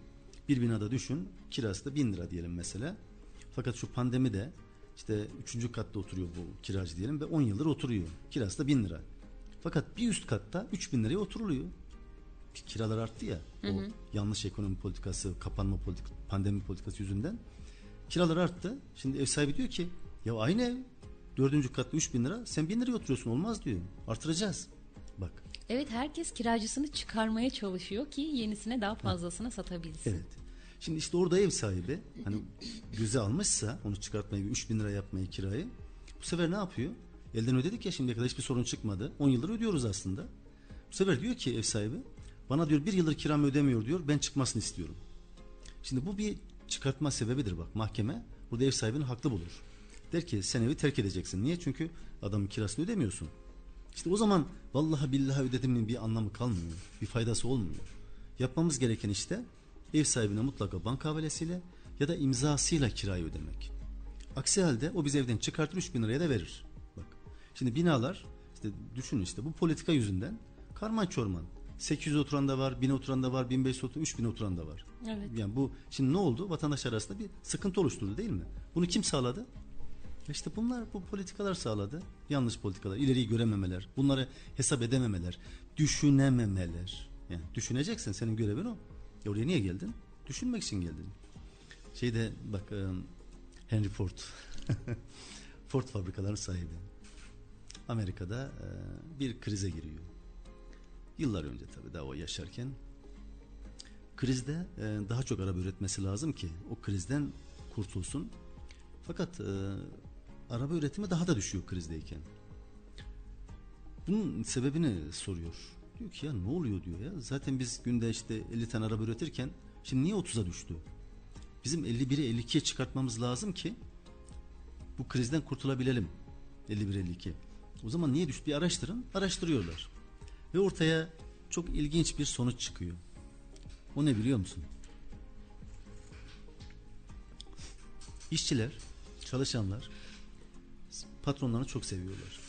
Bir binada düşün, kirası da 1.000 lira diyelim mesela. Fakat şu pandemide işte 3. katta oturuyor bu kiracı diyelim ve 10 yıldır oturuyor. Kirası da 1.000 lira. Fakat bir üst katta 3.000 liraya oturuluyor. Kiralar arttı ya. O yanlış ekonomi politikası, kapanma politikası, pandemi politikası yüzünden kiralar arttı. Şimdi ev sahibi diyor ki ya aynı ev 4. katta 3.000 lira, sen 1.000 liraya oturuyorsun, olmaz diyor. Artıracağız. Bak. Evet, herkes kiracısını çıkarmaya çalışıyor ki yenisine daha fazlasını satabilsin. Evet. Şimdi işte orada ev sahibi hani göze almışsa onu çıkartmayı, 3.000 lira yapmayı, kirayı, bu sefer ne yapıyor? Elden ödedik ya, şimdiye kadar hiçbir sorun çıkmadı. 10 yıldır ödüyoruz aslında. Bu sefer diyor ki ev sahibi, bana diyor 1 yıldır kiramı ödemiyor diyor, ben çıkmasını istiyorum. Şimdi bu bir çıkartma sebebidir bak, mahkeme burada ev sahibini haklı bulur. Der ki sen evi terk edeceksin. Niye? Çünkü adamın kirasını ödemiyorsun. İşte o zaman vallahi billahi ödediğimin bir anlamı kalmıyor. Bir faydası olmuyor. Yapmamız gereken işte ev sahibine mutlaka banka havalesiyle ya da imzasıyla kirayı ödemek. Aksi halde o bizi evden çıkartır, 3.000 liraya da verir. Bak. Şimdi binalar işte düşünün, işte bu politika yüzünden karman çorman. 800 oturan da var, 1000 oturan da var, 1500 oturan, 3000 oturan da var. Evet. Yani bu şimdi ne oldu? Vatandaşlar arasında bir sıkıntı oluşturdu değil mi? Bunu kim sağladı? İşte bunlar, bu politikalar sağladı. Yanlış politikalar, ileriyi görememeler, bunları hesap edememeler, düşünememeler. Yani düşüneceksin, senin görevin o. Oraya niye geldin? Düşünmek için geldin. Şeyde bak, Henry Ford. Ford fabrikaların sahibi. Amerika'da bir krize giriyor. Yıllar önce tabii, daha o yaşarken. Krizde daha çok araba üretmesi lazım ki o krizden kurtulsun. Fakat araba üretimi daha da düşüyor krizdeyken. Bunun sebebini soruyor. Diyor ki ya ne oluyor diyor ya. Zaten biz günde işte 50 tane araba üretirken şimdi niye 30'a düştü? Bizim 51'e 52'ye çıkartmamız lazım ki bu krizden kurtulabilelim. 51-52. O zaman niye düştü? Bir araştırın. Araştırıyorlar. Ve ortaya çok ilginç bir sonuç çıkıyor. O ne biliyor musun? İşçiler, çalışanlar patronlarını çok seviyorlar.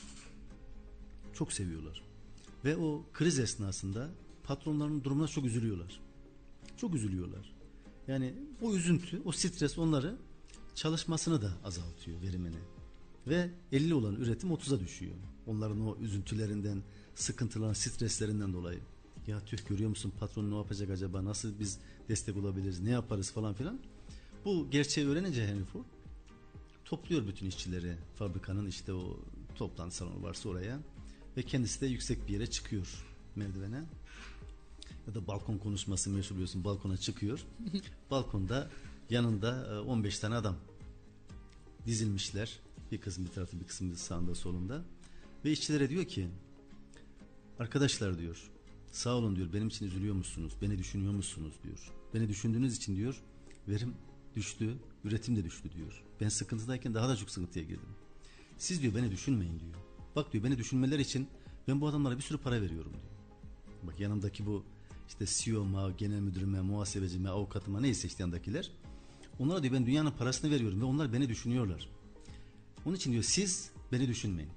Çok seviyorlar. Ve o kriz esnasında patronların durumuna çok üzülüyorlar. Çok üzülüyorlar. Yani o üzüntü, o stres onları, çalışmasını da azaltıyor, verimini. Ve 50 olan üretim 30'a düşüyor. Onların o üzüntülerinden, sıkıntılarından, streslerinden dolayı. Ya tüh, görüyor musun patron ne yapacak acaba, nasıl biz destek olabiliriz, ne yaparız falan filan. Bu gerçeği öğrenince Henry Ford topluyor bütün işçileri fabrikanın, işte o toplantı salonu varsa oraya, ve kendisi de yüksek bir yere çıkıyor, merdivene, ya da balkon konuşması meşhur biliyorsun, balkona çıkıyor. Balkonda yanında 15 tane adam dizilmişler, bir kısmı bir tarafta, bir kısmı sağında solunda, ve işçilere diyor ki arkadaşlar diyor, sağ olun diyor, benim için üzülüyor musunuz, beni düşünüyor musunuz diyor, beni düşündüğünüz için diyor verim düştü, üretim de düştü diyor. Ben sıkıntıdayken daha da çok sıkıntıya girdim. Siz diyor beni düşünmeyin diyor. Bak diyor, beni düşünmeler için ben bu adamlara bir sürü para veriyorum diyor. Bak yanımdaki bu işte CEO'ma, genel müdürüme, muhasebecime, avukatıma, neyse işte yanındakiler. Onlara diyor ben dünyanın parasını veriyorum ve onlar beni düşünüyorlar. Onun için diyor siz beni düşünmeyin.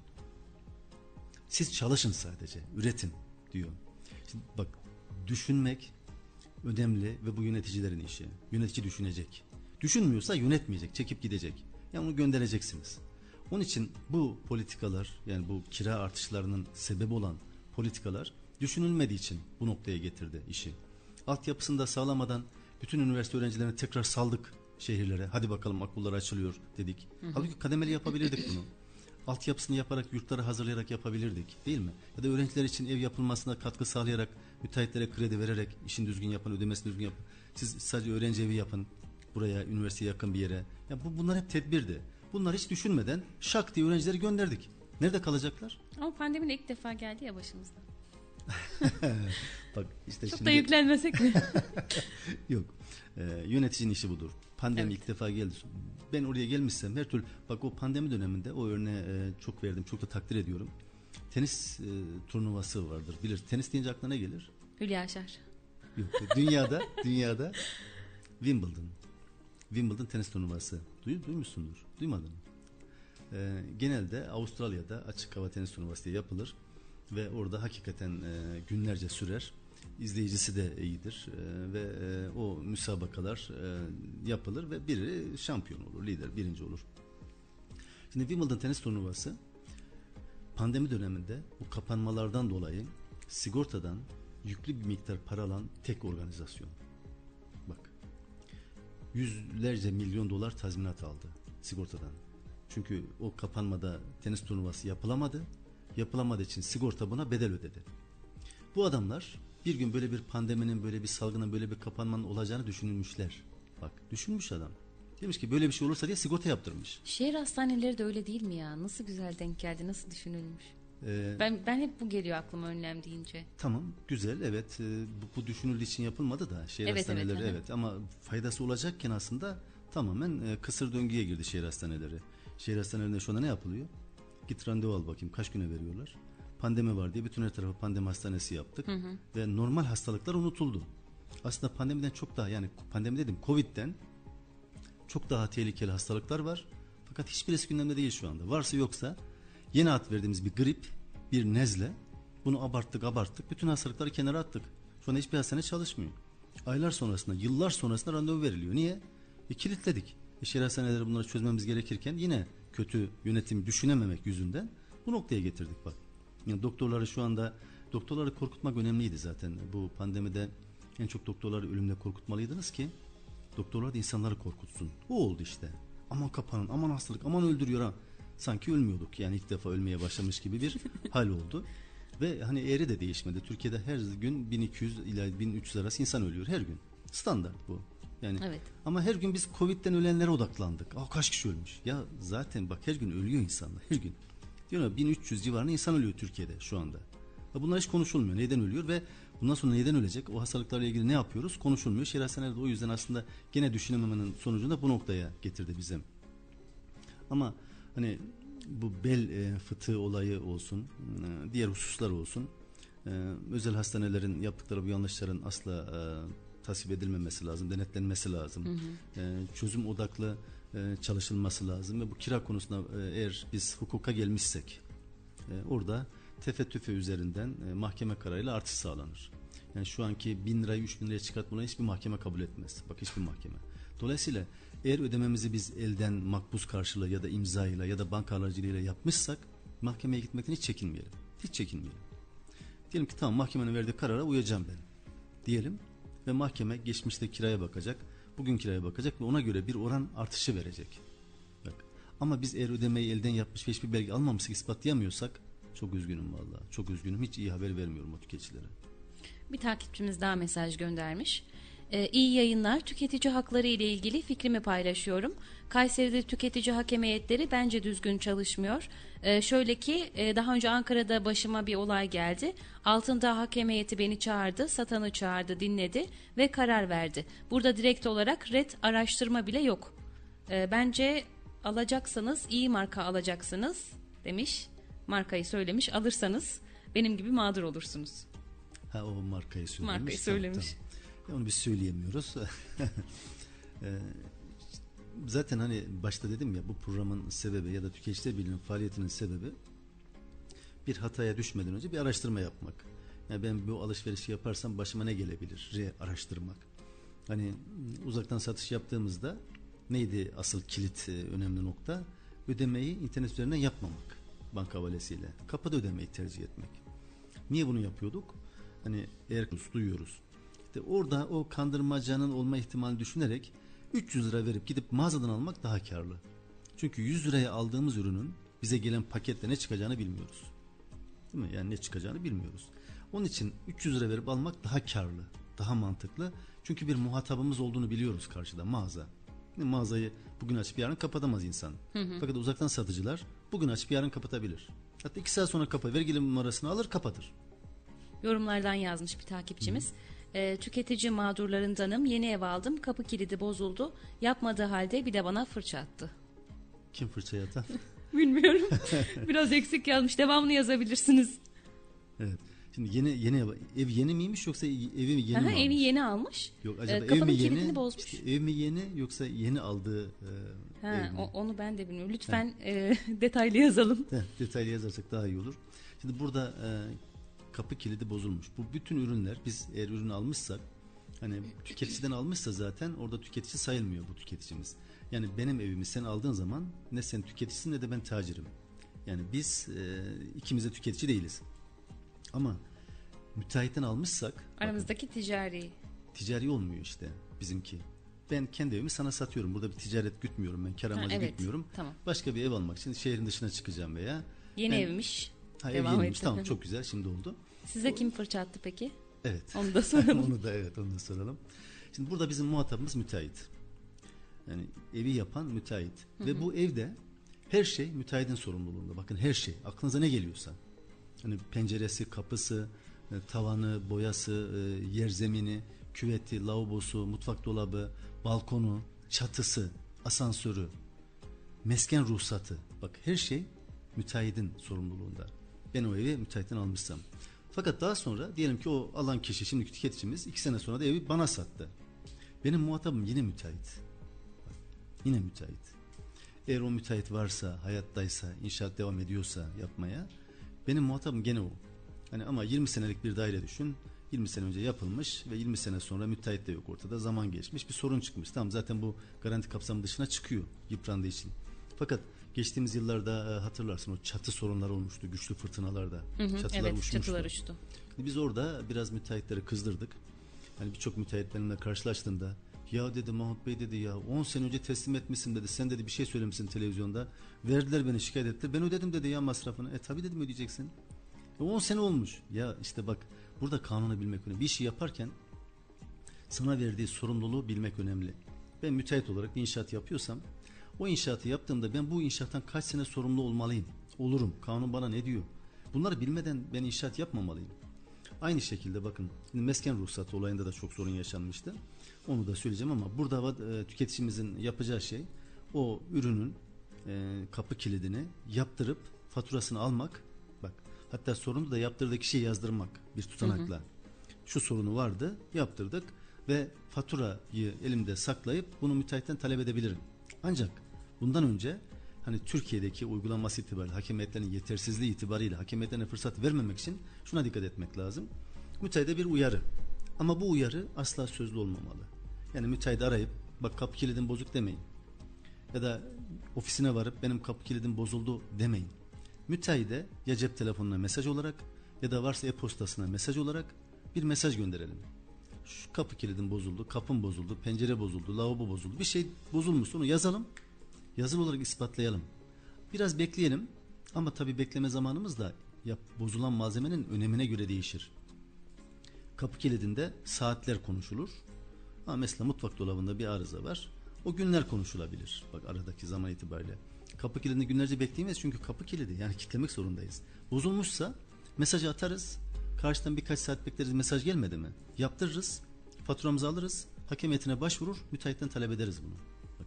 Siz çalışın sadece, üretin diyor. Şimdi bak, düşünmek önemli ve bu yöneticilerin işi. Yönetici düşünecek. Düşünmüyorsa yönetmeyecek, çekip gidecek. Yani onu göndereceksiniz. Onun için bu politikalar, yani bu kira artışlarının sebebi olan politikalar düşünülmediği için bu noktaya getirdi işi. Altyapısını da sağlamadan bütün üniversite öğrencilerini tekrar saldık şehirlere. Hadi bakalım okullar açılıyor dedik. Halbuki kademeli yapabilirdik bunu. Altyapısını yaparak, yurtları hazırlayarak yapabilirdik, değil mi? Ya da öğrenciler için ev yapılmasına katkı sağlayarak, müteahhitlere kredi vererek, işini düzgün yapın, ödemesini düzgün yapın. Siz sadece öğrenci evi yapın buraya, üniversiteye yakın bir yere. Ya bunlar hep tedbirdi. Bunlar hiç düşünmeden şak diye öğrencileri gönderdik. Nerede kalacaklar? Ama pandemi de ilk defa geldi ya başımıza. Bak işte Çok şimdi... da yüklenmesek mi? Yok. Yöneticinin işi budur. Pandemi Evet. ilk defa geldi. Ben oraya gelmişsem her türlü, bak o pandemi döneminde o örneği çok verdim. Çok da takdir ediyorum. Tenis turnuvası vardır. Bilir. Tenis deyince aklına ne gelir? Hülya Avşar. Yok. Dünyada Wimbledon tenis turnuvası. Duymuşsundur. Duymadın mı? Genelde Avustralya'da açık hava tenis turnuvası diye yapılır ve orada hakikaten günlerce sürer izleyicisi de iyidir. Ve o müsabakalar yapılır ve biri şampiyon olur, lider, birinci olur. Şimdi Wimbledon tenis turnuvası pandemi döneminde bu kapanmalardan dolayı sigortadan yüklü bir miktar para alan tek organizasyon. Bak, yüzlerce milyon dolar tazminat aldı sigortadan. Çünkü o kapanmada tenis turnuvası yapılamadı. Yapılamadığı için sigorta buna bedel ödedi. Bu adamlar bir gün böyle bir pandeminin, böyle bir salgının, böyle bir kapanmanın olacağını düşünmüşler. Bak, düşünmüş adam. Demiş ki böyle bir şey olursa diye sigorta yaptırmış. Şehir hastaneleri de öyle değil mi ya? Nasıl güzel denk geldi, nasıl düşünülmüş. Ben hep bu geliyor aklıma önlem deyince. Tamam, güzel, evet, bu düşünüldüğü için yapılmadı da şehir Evet, hastaneleri, evet, evet, ama faydası olacakken aslında tamamen kısır döngüye girdi şehir hastaneleri. Şehir hastanelerinde şu anda ne yapılıyor? Git randevu al bakayım, kaç güne veriyorlar? Pandemi var diye bütün her tarafı pandemi hastanesi yaptık. Ve normal hastalıklar unutuldu. Aslında pandemiden çok daha, yani pandemi dedim, Covid'den çok daha tehlikeli hastalıklar var. Fakat hiçbirisi gündemde değil şu anda. Varsa yoksa yeni ad verdiğimiz bir grip, bir nezle, bunu abarttık. Bütün hastalıkları kenara attık. Şu anda hiçbir hastane çalışmıyor. Aylar sonrasında, yıllar sonrasında randevu veriliyor. Niye? Kilitledik. Şehir hastaneleri bunları çözmemiz gerekirken yine kötü yönetimi düşünememek yüzünden bu noktaya getirdik bak. Yani doktorları korkutmak önemliydi zaten. Bu pandemide en çok doktorları ölümle korkutmalıydınız ki doktorlar da insanları korkutsun. O oldu işte. Aman kapanın, aman hastalık, aman öldürüyor ha. Sanki ölmüyorduk, yani ilk defa ölmeye başlamış gibi bir hal oldu. Ve hani eğri de değişmedi. Türkiye'de her gün 1200 ila 1300 arası insan ölüyor her gün. Standart bu. Yani Evet. ama her gün biz Covid'den ölenlere odaklandık. Kaç kişi ölmüş? Ya zaten bak, her gün ölüyor insanlar, her gün. Diyorlar 1300 civarında insan ölüyor Türkiye'de şu anda. Bunlar hiç konuşulmuyor. Neden ölüyor ve bundan sonra neden ölecek? O hastalıklarla ilgili ne yapıyoruz? Konuşulmuyor. Şehir hastaneleri de o yüzden aslında gene düşünememenin sonucunda bu noktaya getirdi bizim. Ama hani bu bel fıtığı olayı olsun, diğer hususlar olsun, özel hastanelerin yaptıkları bu yanlışların asla tasvip edilmemesi lazım, denetlenmesi lazım. Çözüm odaklı çalışılması lazım ve bu kira konusunda eğer biz hukuka gelmişsek orada tefettüfe üzerinden mahkeme kararıyla artış sağlanır. Yani şu anki 1000 lirayı 3000 liraya çıkartmayı hiçbir mahkeme kabul etmez. Bak, hiçbir mahkeme. Dolayısıyla eğer ödememizi biz elden makbuz karşılığı ya da imzayla ya da banka aracılığıyla yapmışsak mahkemeye gitmekten hiç çekinmeyelim. Hiç çekinmeyelim. Diyelim ki tamam, mahkemenin verdiği karara uyacağım ben diyelim ve mahkeme geçmişte kiraya bakacak, bugün kiraya bakacak ve ona göre bir oran artışı verecek. Bak. Ama biz eğer ödemeyi elden yapmış ve hiçbir belge almamışsak, ispatlayamıyorsak çok üzgünüm vallahi. Çok üzgünüm. Hiç iyi haber vermiyorum o tüketicilere. Bir takipçimiz daha mesaj göndermiş. İyi yayınlar. Tüketici hakları ile ilgili fikrimi paylaşıyorum. Kayseri'de tüketici hakem heyetleri bence düzgün çalışmıyor. Şöyle ki daha önce Ankara'da başıma bir olay geldi. Altındağ hakem heyeti beni çağırdı, satanı çağırdı, dinledi ve karar verdi. Burada direkt olarak red araştırma bile yok. Bence alacaksanız iyi marka alacaksınız demiş. Markayı söylemiş. Alırsanız benim gibi mağdur olursunuz. O markayı söylemiş. Markayı söylemiş. Tamam. Onu biz söyleyemiyoruz. Zaten hani başta dedim ya, bu programın sebebi ya da Tüketiciler Birliği'nin faaliyetinin sebebi bir hataya düşmeden önce bir araştırma yapmak. Yani ben bu alışverişi yaparsam başıma ne gelebilir? Araştırmak. Hani uzaktan satış yaptığımızda neydi asıl kilit, önemli nokta? Ödemeyi internet üzerinden yapmamak. Banka havalesiyle. Kapıda ödemeyi tercih etmek. Niye bunu yapıyorduk? Hani eğer duyuyoruz. İşte orada o kandırmacanın olma ihtimalini düşünerek 300 lira verip gidip mağazadan almak daha karlı. Çünkü 100 liraya aldığımız ürünün bize gelen pakette ne çıkacağını bilmiyoruz. Değil mi? Yani ne çıkacağını bilmiyoruz. Onun için 300 lira verip almak daha karlı, daha mantıklı. Çünkü bir muhatabımız olduğunu biliyoruz karşıda, mağaza. Mağazayı bugün açıp yarın kapatamaz insan. Fakat uzaktan satıcılar bugün açıp yarın kapatabilir. Hatta 2 saat sonra vergi numarasını alır, kapatır. Yorumlardan yazmış bir takipçimiz. Tüketici mağdurlarındanım. Yeni ev aldım. Kapı kilidi bozuldu. Yapmadığı halde bir de bana fırça attı. Kim fırça atan? Bilmiyorum. Biraz eksik yazmış. Devamını yazabilirsiniz. Evet. Şimdi yeni ev yeni miymiş yoksa evi yeni mi almış? Evi yeni almış. Yok, acaba kapının ev mi kilidini yeni? bozmuş. İşte ev mi yeni yoksa yeni aldığı ev mi? Onu ben de bilmiyorum. Lütfen detaylı yazalım. Detaylı yazarsak daha iyi olur. Şimdi burada kapı kilidi bozulmuş. Bu bütün ürünler, biz eğer ürünü almışsak, hani tüketiciden almışsa zaten orada tüketici sayılmıyor bu tüketicimiz. Yani benim evimi sen aldığın zaman ne sen tüketicisin ne de ben tacirim. Yani biz ikimiz de tüketici değiliz. Ama müteahhitten almışsak Aramızdaki ticari olmuyor işte bizimki. Ben kendi evimi sana satıyorum. Burada bir ticaret gütmüyorum ben. Kar amacı evet, gütmüyorum. tamam. Başka bir ev almak için şehrin dışına çıkacağım veya Yeni evmiş. ev Devam yeniymiş. etti. Tamam, çok güzel, şimdi oldu. Size kim fırça attı peki? Evet. Onu da soralım. onu da soralım. Şimdi burada bizim muhatabımız müteahhit. Yani evi yapan müteahhit. Ve bu evde her şey müteahhitin sorumluluğunda. Bakın, her şey. Aklınıza ne geliyorsa. Hani penceresi, kapısı, tavanı, boyası, yer zemini, küveti, lavabosu, mutfak dolabı, balkonu, çatısı, asansörü, mesken ruhsatı. Bak, her şey müteahhitin sorumluluğunda. Ben o evi müteahhitten almışsam. Fakat daha sonra diyelim ki o alan kişi, şimdiki tüketicimiz 2 sene sonra da evi bana sattı. Benim muhatabım yine müteahhit. Yine müteahhit. Eğer o müteahhit varsa, hayattaysa, inşaat devam ediyorsa yapmaya, benim muhatabım gene o. Hani ama 20 senelik bir daire düşün. 20 sene önce yapılmış ve 20 sene sonra müteahhit de yok ortada. Zaman geçmiş, bir sorun çıkmış. Tamam, zaten bu garanti kapsamı dışına çıkıyor yıprandığı için. Fakat geçtiğimiz yıllarda hatırlarsın, o çatı sorunları olmuştu. Güçlü fırtınalarda. Çatılar Evet, uçmuştu. çatılar uçtu. Biz orada biraz müteahhitleri kızdırdık. Hani birçok müteahhit benimle karşılaştığında, ya dedi Mahmut Bey dedi, ya 10 sene önce teslim etmişsin dedi. Sen dedi bir şey söylemişsin televizyonda. Verdiler, beni şikayet ettiler. Ben ödedim dedi ya masrafını. Tabii dedim, ödeyeceksin. 10 sene olmuş. Ya işte bak, burada kanunu bilmek önemli. Bir işi yaparken sana verdiği sorumluluğu bilmek önemli. Ben müteahhit olarak bir inşaat yapıyorsam, o inşaatı yaptığımda ben bu inşaattan kaç sene sorumlu olmalıyım? Olurum. Kanun bana ne diyor? Bunları bilmeden ben inşaat yapmamalıyım. Aynı şekilde bakın, mesken ruhsatı olayında da çok sorun yaşanmıştı. Onu da söyleyeceğim ama burada tüketicimizin yapacağı şey, o ürünün kapı kilidini yaptırıp faturasını almak. Bak, hatta sorunu da yaptırdığı kişiye yazdırmak bir tutanakla. Şu sorunu vardı, yaptırdık ve faturayı elimde saklayıp bunu müteahhitten talep edebilirim. Ancak bundan önce hani Türkiye'deki uygulaması itibariyle, hakem heyetlerinin yetersizliği itibariyle hakem heyetlerine fırsat vermemek için şuna dikkat etmek lazım. Müteahhide bir uyarı. Ama bu uyarı asla sözlü olmamalı. Yani müteahhidi arayıp bak kapı kilidin bozuk demeyin. Ya da ofisine varıp benim kapı kilidim bozuldu demeyin. Müteahhide ya cep telefonuna mesaj olarak ya da varsa e-postasına mesaj olarak bir mesaj gönderelim. Şu kapı kilidin bozuldu, kapım bozuldu, pencere bozuldu, lavabo bozuldu. Bir şey bozulmuş, onu yazalım. Yazılı olarak ispatlayalım. Biraz bekleyelim ama tabii bekleme zamanımız da bozulan malzemenin önemine göre değişir. Kapı kilidinde saatler konuşulur. Ama mesela mutfak dolabında bir arıza var. O günler konuşulabilir. Bak, aradaki zaman itibariyle. Kapı kilidini günlerce bekleyemeyiz çünkü kapı kilidi, yani kilitlemek zorundayız. Bozulmuşsa mesajı atarız. Karşıdan birkaç saat bekleriz, mesaj gelmedi mi? Yaptırırız. Faturamızı alırız. Hakem heyetine başvurur. Müteahhitten talep ederiz bunu. Bak.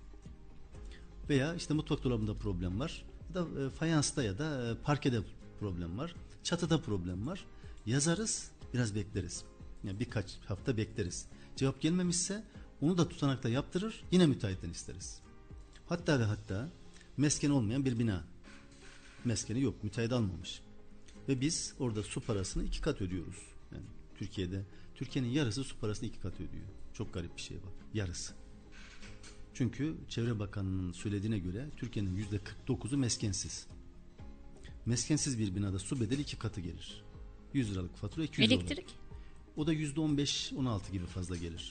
Veya işte mutfak dolabında problem var. Ya da fayansta ya da parkede problem var. Çatıda problem var. Yazarız. Biraz bekleriz. Yani birkaç hafta bekleriz. Cevap gelmemişse onu da tutanakla yaptırır. Yine müteahhitten isteriz. Hatta ve hatta mesken olmayan bir bina. Meskeni yok. Müteahhit almamış. Ve biz orada su parasını 2 kat ödüyoruz. Yani Türkiye'nin yarısı su parasını 2 kat ödüyor. Çok garip bir şey bak. Yarısı. Çünkü Çevre Bakanlığı'nın söylediğine göre Türkiye'nin %49'u meskensiz. Meskensiz bir binada su bedeli 2 katı gelir. 100 liralık fatura 200 lira. Elektrik? O da %15-16 gibi fazla gelir.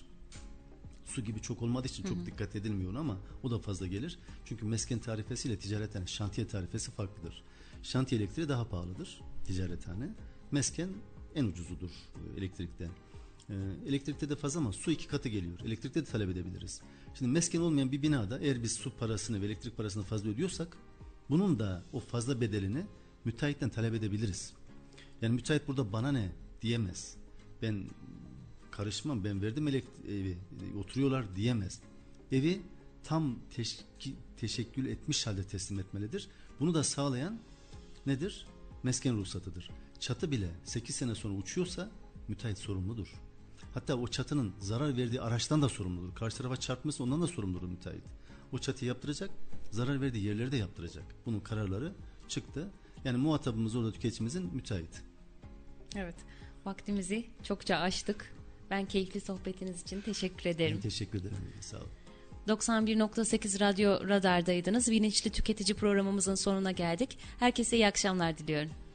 Su gibi çok olmadığı için çok dikkat edilmiyor ona, ama o da fazla gelir. Çünkü mesken tarifesiyle ticarethane, şantiye tarifesi farklıdır. Şantiye elektriği daha pahalıdır ticarethane. Mesken en ucuzudur elektrikte. Elektrikte de fazla ama su 2 katı geliyor. Elektrikte de talep edebiliriz. Şimdi mesken olmayan bir binada eğer biz su parasını ve elektrik parasını fazla ödüyorsak, bunun da o fazla bedelini müteahhitten talep edebiliriz. Yani müteahhit burada bana ne diyemez. Ben karışmam, ben verdim evi, oturuyorlar diyemez. Evi tam teşekkül etmiş halde teslim etmelidir. Bunu da sağlayan nedir? Mesken ruhsatıdır. Çatı bile 8 sene sonra uçuyorsa müteahhit sorumludur. Hatta o çatının zarar verdiği araçtan da sorumludur. Karşı tarafa çarpması ondan da sorumludur müteahhit. O çatıyı yaptıracak, zarar verdiği yerleri de yaptıracak. Bunun kararları çıktı. Yani muhatabımız orada tüketicimizin müteahhit. Evet, vaktimizi çokça aştık. Ben keyifli sohbetiniz için teşekkür ederim. Ben teşekkür ederim. Sağ olun. 91.8 Radyo Radar'daydınız. Bilinçli Tüketici programımızın sonuna geldik. Herkese iyi akşamlar diliyorum.